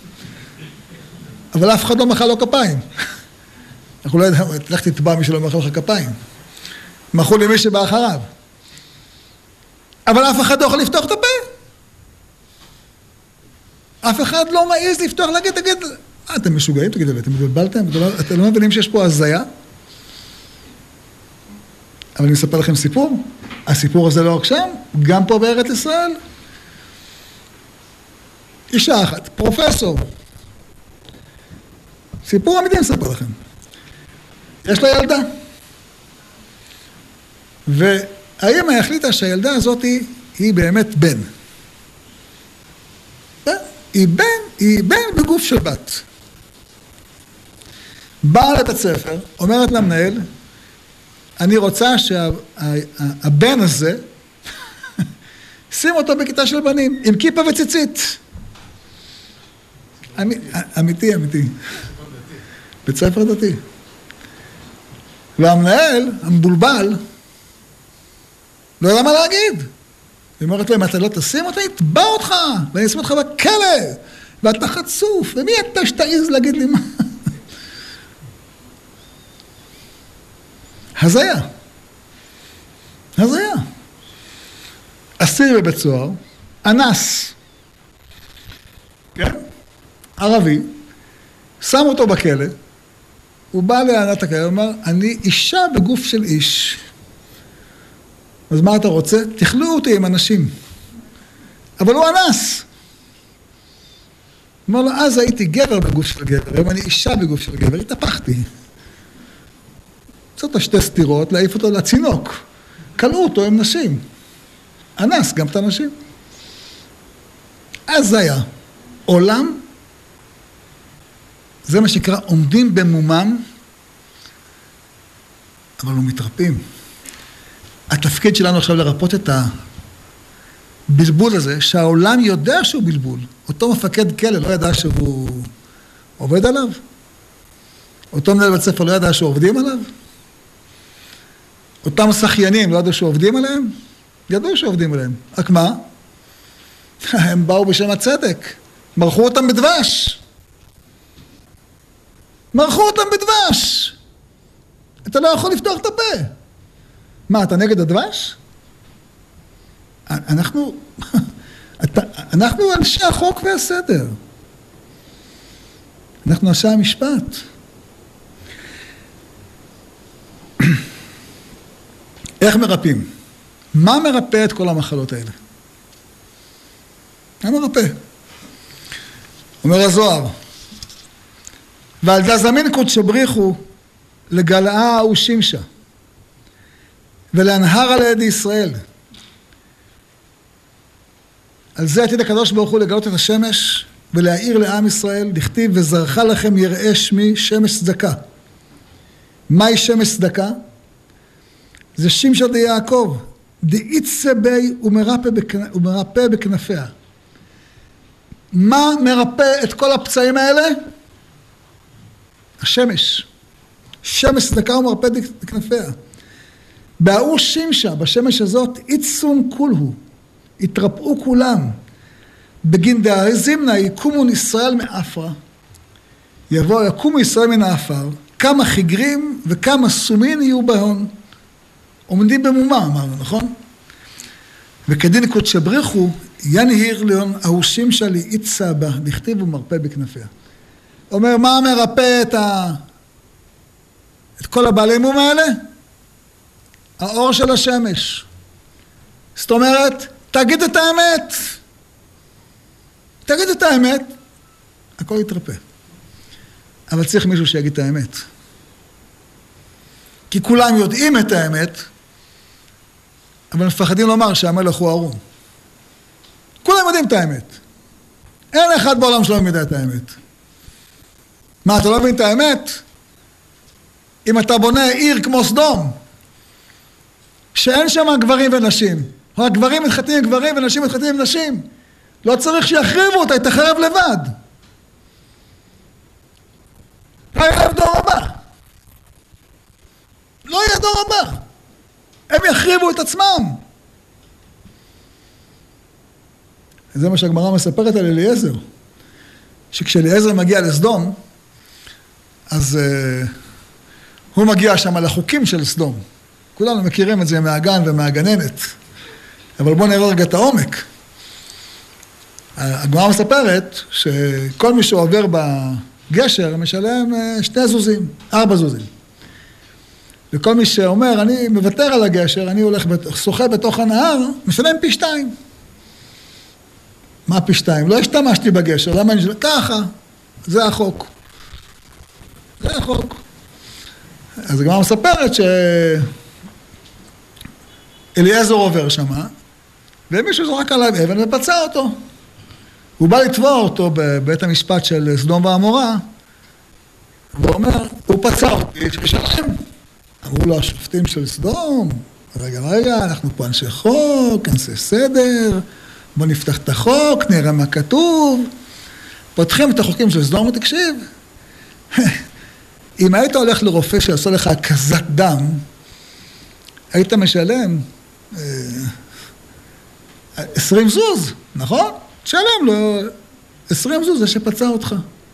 אבל אף אחד לא מחא לו כפיים. אנחנו לא יודעים, תלך תתבע מי שלא מחא לך כפיים. מחו למי שבא אחריו. אבל אף אחד לא יכול לפתוח את הפה. אף אחד לא מעז לפתוח, להגיד, תגיד, אה, אתם משוגעים, תגידו, אתם מתבלבלתם? אתם לא מבינים שיש פה הזיה? אבל אני אספר לכם סיפור. הסיפור הזה לא רק שם, גם פה בארץ ישראל. אישה אחת, פרופסור. סיפור אמיתי אני אספר לכם. יש לה ילדה. והאמא החליטה שהילדה הזאת היא באמת בן. היא בן, היא בן בגוף של בת. באה לבית ספר, אומרת למנהל, אני רוצה שהבן הזה, שים אותו בכיתה של בנים, עם כיפה וציצית. אמיתי, אמיתי. בית ספר דתי. והמנהל, המבולבל, לא יודע מה להגיד. היא אומרת לו, אם אתה לא תשים אותה, יתבע אותך, ואני אשים אותך בכלא, ואתה חצוף, ומי אתה שתעיז להגיד לי מה? הזיה. הזיה. אסיר בבית סוהר, אנס, כן? ערבי, שם אותו בכלא, הוא בא להנהלת הכלא, הוא אומר, אני אישה בגוף של איש. אז מה אתה רוצה? תכלו אותי עם אנשים. אבל הוא אנס. הוא אומר לו, אז הייתי גבר בגוף של גבר, היום אני אישה בגוף של גבר, התהפכתי. זאת שתי סתירות, להעיף אותו לצינוק. קלעו אותו עם נשים. אנס גם את הנשים. אז זה היה. עולם, זה מה שנקרא עומדים במומם, אבל לא מתרפים. התפקיד שלנו עכשיו לרפות את הבלבול הזה, שהעולם יודע שהוא בלבול. אותו מפקד כלא לא ידע שהוא עובד עליו. אותו מנהל בית ספר לא ידע שהוא עובדים עליו. אותם שחיינים לא ידעו שעובדים עליהם. ידעו שעובדים עליהם. רק מה? הם באו בשם הצדק. מרחו אותם בדבש. מרחו אותם בדבש. אתה לא יכול לפתוח את הפה. מה, אתה נגד הדבש? אנחנו, אתה, אנחנו אנשי החוק והסדר. אנחנו אנשי המשפט. איך מרפאים? מה מרפא את כל המחלות האלה? מה מרפא? אומר הזוהר, ועל דזמין קודש בריחו לגלעה הוא שימשה, ולהנהר על ידי ישראל. על זה עתיד הקדוש ברוך הוא לגלות את השמש, ולהאיר לעם ישראל, לכתיב וזרחה לכם יראה שמי שמש צדקה. מהי שמש צדקה? זה שמשה די יעקב, דאיצה בי ומרפא, בכנ... ומרפא בכנפיה. מה מרפא את כל הפצעים האלה? השמש. שמש צדקה ומרפא בכנפיה. בהוא שמשה, בשמש הזאת, איצון כולהו, התרפאו כולם. בגין דהזימנה יקומו ישראל מאפרה. יבוא יקומו ישראל מן האפר, כמה חיגרים וכמה סומין יהיו בהון. עומדים במומה, אמרנו, נכון? וכדין קודש בריחו, ינהיר ליון ההושים שלי איצה בה, לכתיב ומרפא בכנפיה. אומר, מה מרפא את, ה... את כל הבעלי מום האלה? האור של השמש. זאת אומרת, תגיד את האמת. תגיד את האמת, הכל יתרפא. אבל צריך מישהו שיגיד את האמת. כי כולם יודעים את האמת, אבל מפחדים לומר שהמלך הוא ערום. כולם יודעים את האמת. אין אחד בעולם שלא מבין את האמת. מה, אתה לא מבין את האמת? אם אתה בונה עיר כמו סדום, שאין שם גברים ונשים, רק גברים מתחתנים עם גברים ונשים מתחתנים עם נשים, לא צריך שיחריבו אותה, היא תחרב לבד. לא יהיה דור הבא. לא יהיה דור הבא. הם יחריבו את עצמם. זה מה שהגמרא מספרת על אליעזר. שכשאליעזר מגיע לסדום, אז uh, הוא מגיע שם על החוקים של סדום. כולנו מכירים את זה מהגן ומהגננת. אבל בואו נראה רגע את העומק. הגמרא מספרת שכל מי שעובר בגשר משלם שני זוזים, ארבע זוזים. וכל מי שאומר, אני מוותר על הגשר, אני הולך, שוחה בתוך הנהר, משלם פי שתיים. מה פי שתיים? לא השתמשתי בגשר, למה אני... ככה, זה החוק. זה החוק. אז הגמרא מספרת שאליעזר עובר שמה, ומישהו זורק עליו אבן ופצע אותו. הוא בא לתבוע אותו בבית המשפט של סדום ועמורה, והוא אומר, הוא פצע אותי, ששלם. אמרו לו השופטים של סדום, רגע, רגע, אנחנו פה אנשי חוק, אנשי סדר, בוא נפתח את החוק, נראה מה כתוב. פותחים את החוקים של סדום ותקשיב. אם היית הולך לרופא שעשו לך הקזת דם, היית משלם עשרים זוז, נכון? תשלם לו עשרים זוז, זה שפצע אותך.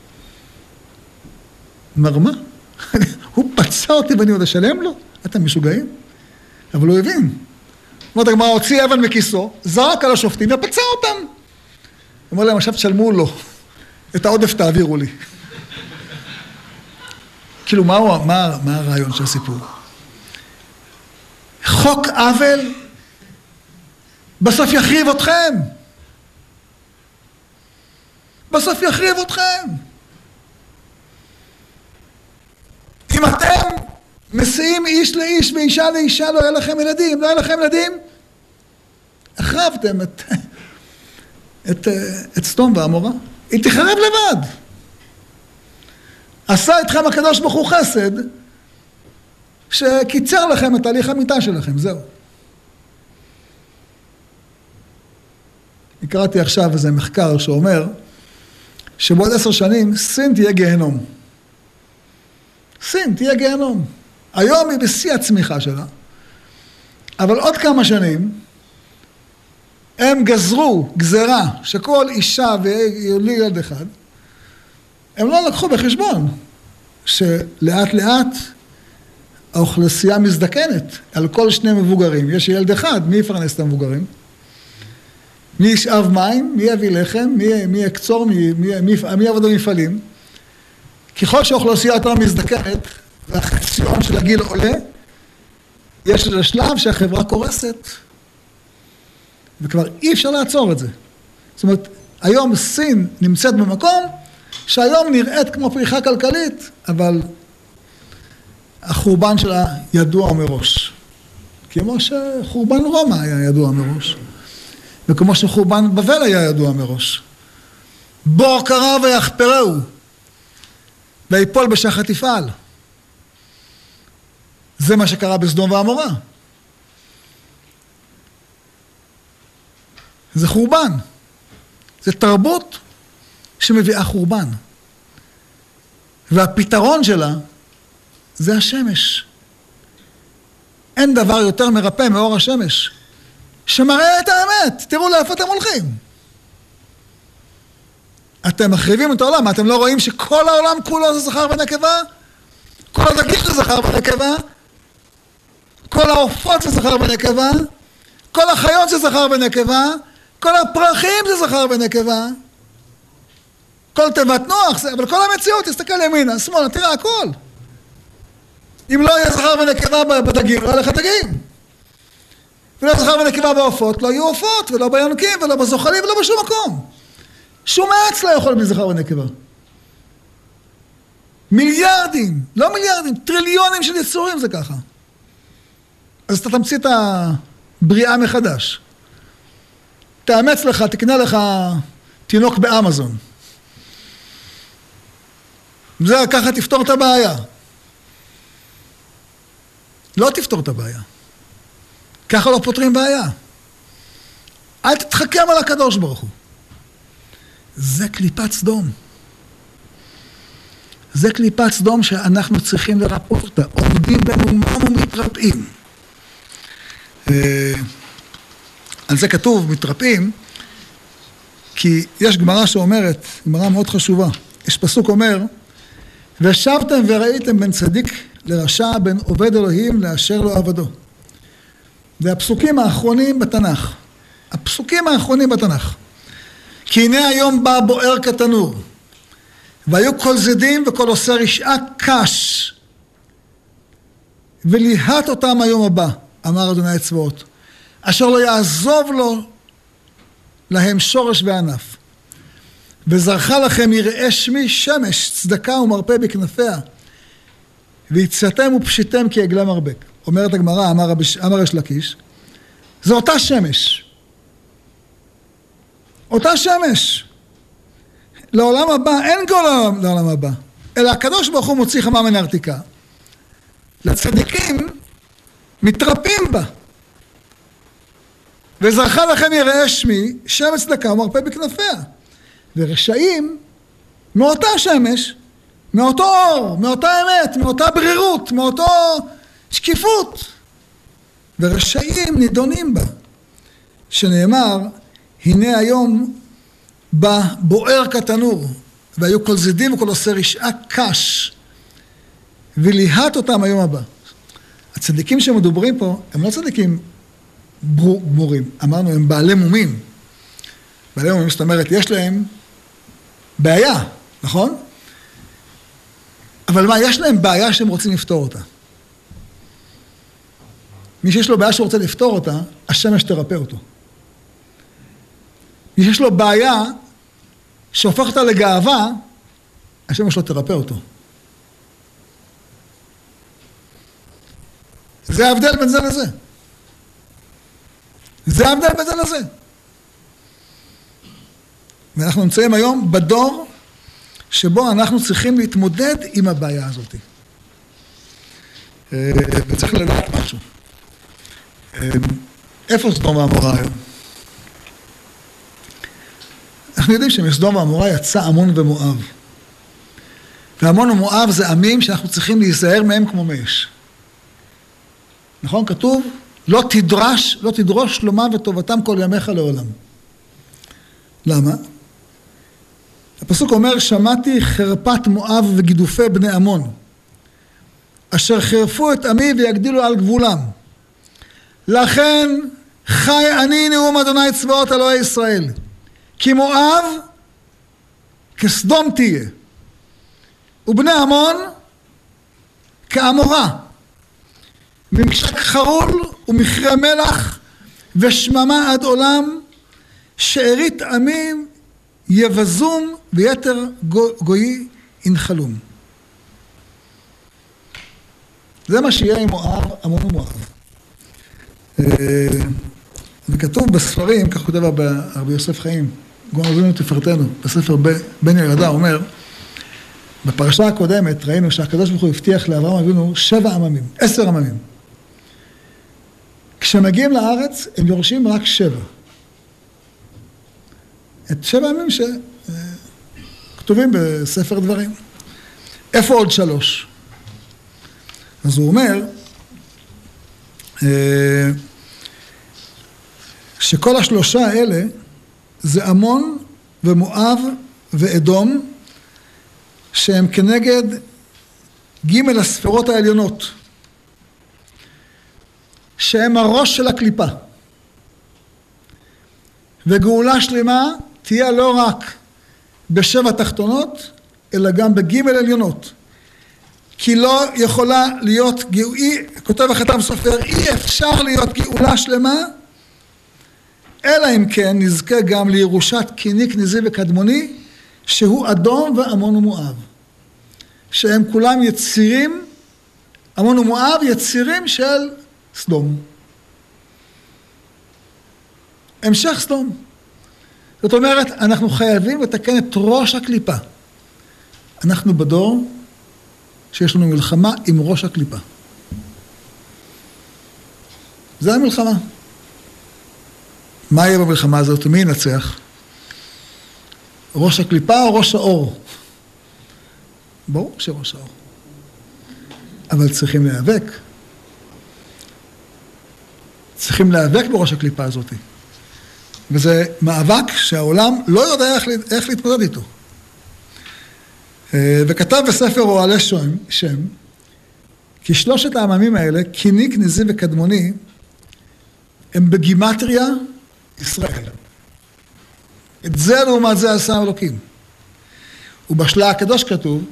מרמה? הוא פצע אותי ואני עוד אשלם לו? אתם משוגעים? אבל הוא הבין. אומרת הגמרא, הוציא אבן מכיסו, זרק על השופטים ופצע אותם. הוא אומר להם, עכשיו תשלמו לו, את העודף תעבירו לי. כאילו, מה, הוא, מה, מה הרעיון של הסיפור? חוק עוול בסוף יחריב אתכם. בסוף יחריב אתכם. אם אתם מסיעים איש לאיש ואישה לאישה, לא היה לכם ילדים, לא היה לכם ילדים. החרבתם את, את, את סדום ועמורה. היא תחרב לבד. עשה איתכם הקדוש ברוך הוא חסד, שקיצר לכם את תהליך המיטה שלכם, זהו. קראתי עכשיו איזה מחקר שאומר, שבעוד עשר שנים סין תהיה גיהנום. סין תהיה גיהנום. היום היא בשיא הצמיחה שלה, אבל עוד כמה שנים הם גזרו גזרה שכל אישה ויולי ילד אחד, הם לא לקחו בחשבון שלאט לאט האוכלוסייה מזדקנת על כל שני מבוגרים. יש ילד אחד, מי יפרנס את המבוגרים? מי ישאב מים, מי יביא לחם, מי, מי יקצור, מי, מי, מי, מי יעבוד במפעלים. ככל שהאוכלוסייה יותר מזדקנת, והחציון של הגיל עולה, יש איזה שלב שהחברה קורסת, וכבר אי אפשר לעצור את זה. זאת אומרת, היום סין נמצאת במקום, שהיום נראית כמו פריחה כלכלית, אבל החורבן שלה ידוע מראש. כמו שחורבן רומא היה ידוע מראש. וכמו שחורבן בבל היה ידוע מראש. בור קרא ויחפרהו, ויפול בשחת יפעל. זה מה שקרה בסדום ועמורה. זה חורבן. זה תרבות שמביאה חורבן. והפתרון שלה זה השמש. אין דבר יותר מרפא מאור השמש, שמראה את האמת. תראו לאיפה אתם הולכים. אתם מחריבים את העולם. אתם לא רואים שכל העולם כולו זה זכר ונקבה? כל הדגים זה זכר ונקבה? כל העופות זה זכר ונקבה? כל החיות זה זכר ונקבה? כל הפרחים זה זכר ונקבה? כל תיבת נוח זה, אבל כל המציאות, תסתכל ימינה, שמאלה, תראה הכל. אם לא יהיה זכר ונקבה בדגים, לא יהיה לך דגים. ולא זכר ונקבה בעופות, לא יהיו עופות, ולא ביונקים, ולא בזוחלים, ולא בשום מקום. שום עץ לא יכול בלי זכר ונקבה. מיליארדים, לא מיליארדים, טריליונים של יצורים זה ככה. אז אתה תמציא את הבריאה מחדש. תאמץ לך, תקנה לך תינוק באמזון. זה ככה תפתור את הבעיה. לא תפתור את הבעיה. ככה לא פותרים בעיה. אל תתחכם על הקדוש ברוך הוא. זה קליפת סדום. זה קליפת סדום שאנחנו צריכים לרפות אותה. עומדים במומם ומתרפאים. על זה כתוב, מתרפאים, כי יש גמרא שאומרת, גמרא מאוד חשובה. יש פסוק אומר, ושבתם וראיתם בין צדיק לרשע, בין עובד אלוהים לאשר לו עבדו. זה הפסוקים האחרונים בתנ"ך. הפסוקים האחרונים בתנ"ך. כי הנה היום בא בוער כתנור, והיו כל זדים וכל עושה רשעה קש, וליהט אותם היום הבא, אמר אדוני צבאות, אשר לא יעזוב לו להם שורש וענף. וזרחה לכם יראה שמי שמש, צדקה ומרפא בכנפיה, ויצאתם ופשיתם כי עגלה מרבק. אומרת הגמרא, אמר, אמר יש לקיש, זו אותה שמש. אותה שמש. לעולם הבא, אין גול לעולם הבא, אלא הקדוש ברוך הוא מוציא חמה מן הארתיקה. לצדיקים מתרפים בה. וזרחה לכם יראה שמי, שמש צדקה ומרפא בכנפיה. ורשעים, מאותה שמש, מאותו אור, מאותה אמת, מאותה ברירות, מאותו שקיפות. ורשעים נידונים בה. שנאמר, הנה היום בא בוער כתנור, והיו כל זדים וכל עושה רשעה קש, וליהט אותם היום הבא. הצדיקים שמדוברים פה, הם לא צדיקים גמורים, אמרנו, הם בעלי מומים. בעלי מומים, זאת אומרת, יש להם בעיה, נכון? אבל מה, יש להם בעיה שהם רוצים לפתור אותה. מי שיש לו בעיה שרוצה לפתור אותה, השמש תרפא אותו. מי שיש לו בעיה שהופך אותה לגאווה, השמש לא תרפא אותו. זה ההבדל בין זה לזה. זה ההבדל בין זה לזה. ואנחנו נמצאים היום בדור שבו אנחנו צריכים להתמודד עם הבעיה הזאת. וצריך לדעת משהו. איפה סדום ועמורה היום? אנחנו יודעים שמסדום ועמורה יצא עמון ומואב. ועמון ומואב זה עמים שאנחנו צריכים להיזהר מהם כמו מאש. נכון? כתוב, לא תדרש, לא תדרוש שלומם וטובתם כל ימיך לעולם. למה? הפסוק אומר, שמעתי חרפת מואב וגידופי בני עמון, אשר חרפו את עמי ויגדילו על גבולם. לכן חי אני נאום אדוני צבאות אלוהי ישראל. כי מואב כסדום תהיה, ובני עמון כעמורה. ממשק חרול ומכרה מלח ושממה עד עולם, שארית עמים יבזום ויתר גויי ינחלום. זה מה שיהיה עם מואב, עמון ומואב. וכתוב בספרים, כך כותב ברבי יוסף חיים, גאון אבינו תפארתנו, בספר בן יהוידע, אומר, בפרשה הקודמת ראינו שהקדוש ברוך הוא הבטיח לאברהם אבינו שבע עממים, עשר עממים. כשמגיעים לארץ הם יורשים רק שבע. את שבע עמים שכתובים בספר דברים. איפה עוד שלוש? אז הוא אומר, שכל השלושה האלה זה עמון ומואב ואדום, שהם כנגד ג' הספרות העליונות, שהם הראש של הקליפה. וגאולה שלמה תהיה לא רק בשבע תחתונות, אלא גם בג' עליונות. כי לא יכולה להיות, כותב החתם סופר, אי אפשר להיות גאולה שלמה, אלא אם כן נזכה גם לירושת קיני, כניזי וקדמוני, שהוא אדום ועמון ומואב. שהם כולם יצירים, עמון ומואב יצירים של סדום. המשך סדום. זאת אומרת, אנחנו חייבים לתקן את ראש הקליפה. אנחנו בדור שיש לנו מלחמה עם ראש הקליפה. זה המלחמה. מה יהיה במלחמה הזאת? מי ינצח? ראש הקליפה או ראש האור? ברור שראש האור. אבל צריכים להיאבק. צריכים להיאבק בראש הקליפה הזאת. וזה מאבק שהעולם לא יודע איך, איך להתמודד איתו. וכתב בספר אוהלי שם, כי שלושת העממים האלה, קיני, כניזי וקדמוני, הם בגימטריה ישראל. את זה לעומת זה עשה אלוקים. ובשלה הקדוש כתוב,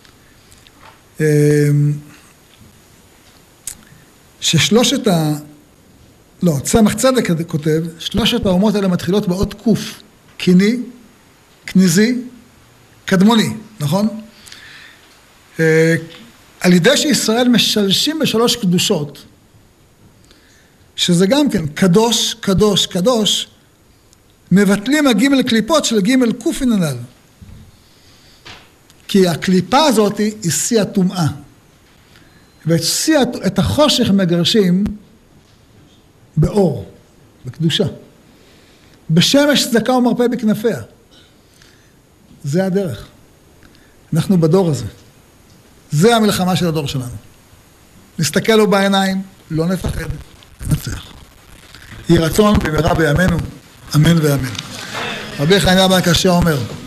ששלושת ה... לא, צמח צדק כותב, שלושת האומות האלה מתחילות באות קוף, קיני, כניזי, קדמוני, נכון? על ידי שישראל משלשים בשלוש קדושות, שזה גם כן קדוש, קדוש, קדוש, מבטלים הגימל קליפות של גימל קופין הנ"ל. כי הקליפה הזאת היא שיא הטומאה. ואת שיא, את החושך מגרשים באור, בקדושה. בשמש צדקה ומרפא בכנפיה. זה הדרך. אנחנו בדור הזה. זה המלחמה של הדור שלנו. נסתכל לו בעיניים, לא נפחד, נצח. יהי רצון במהרה בימינו, אמן ואמן. רבי חנינא בן עקשיא אומר,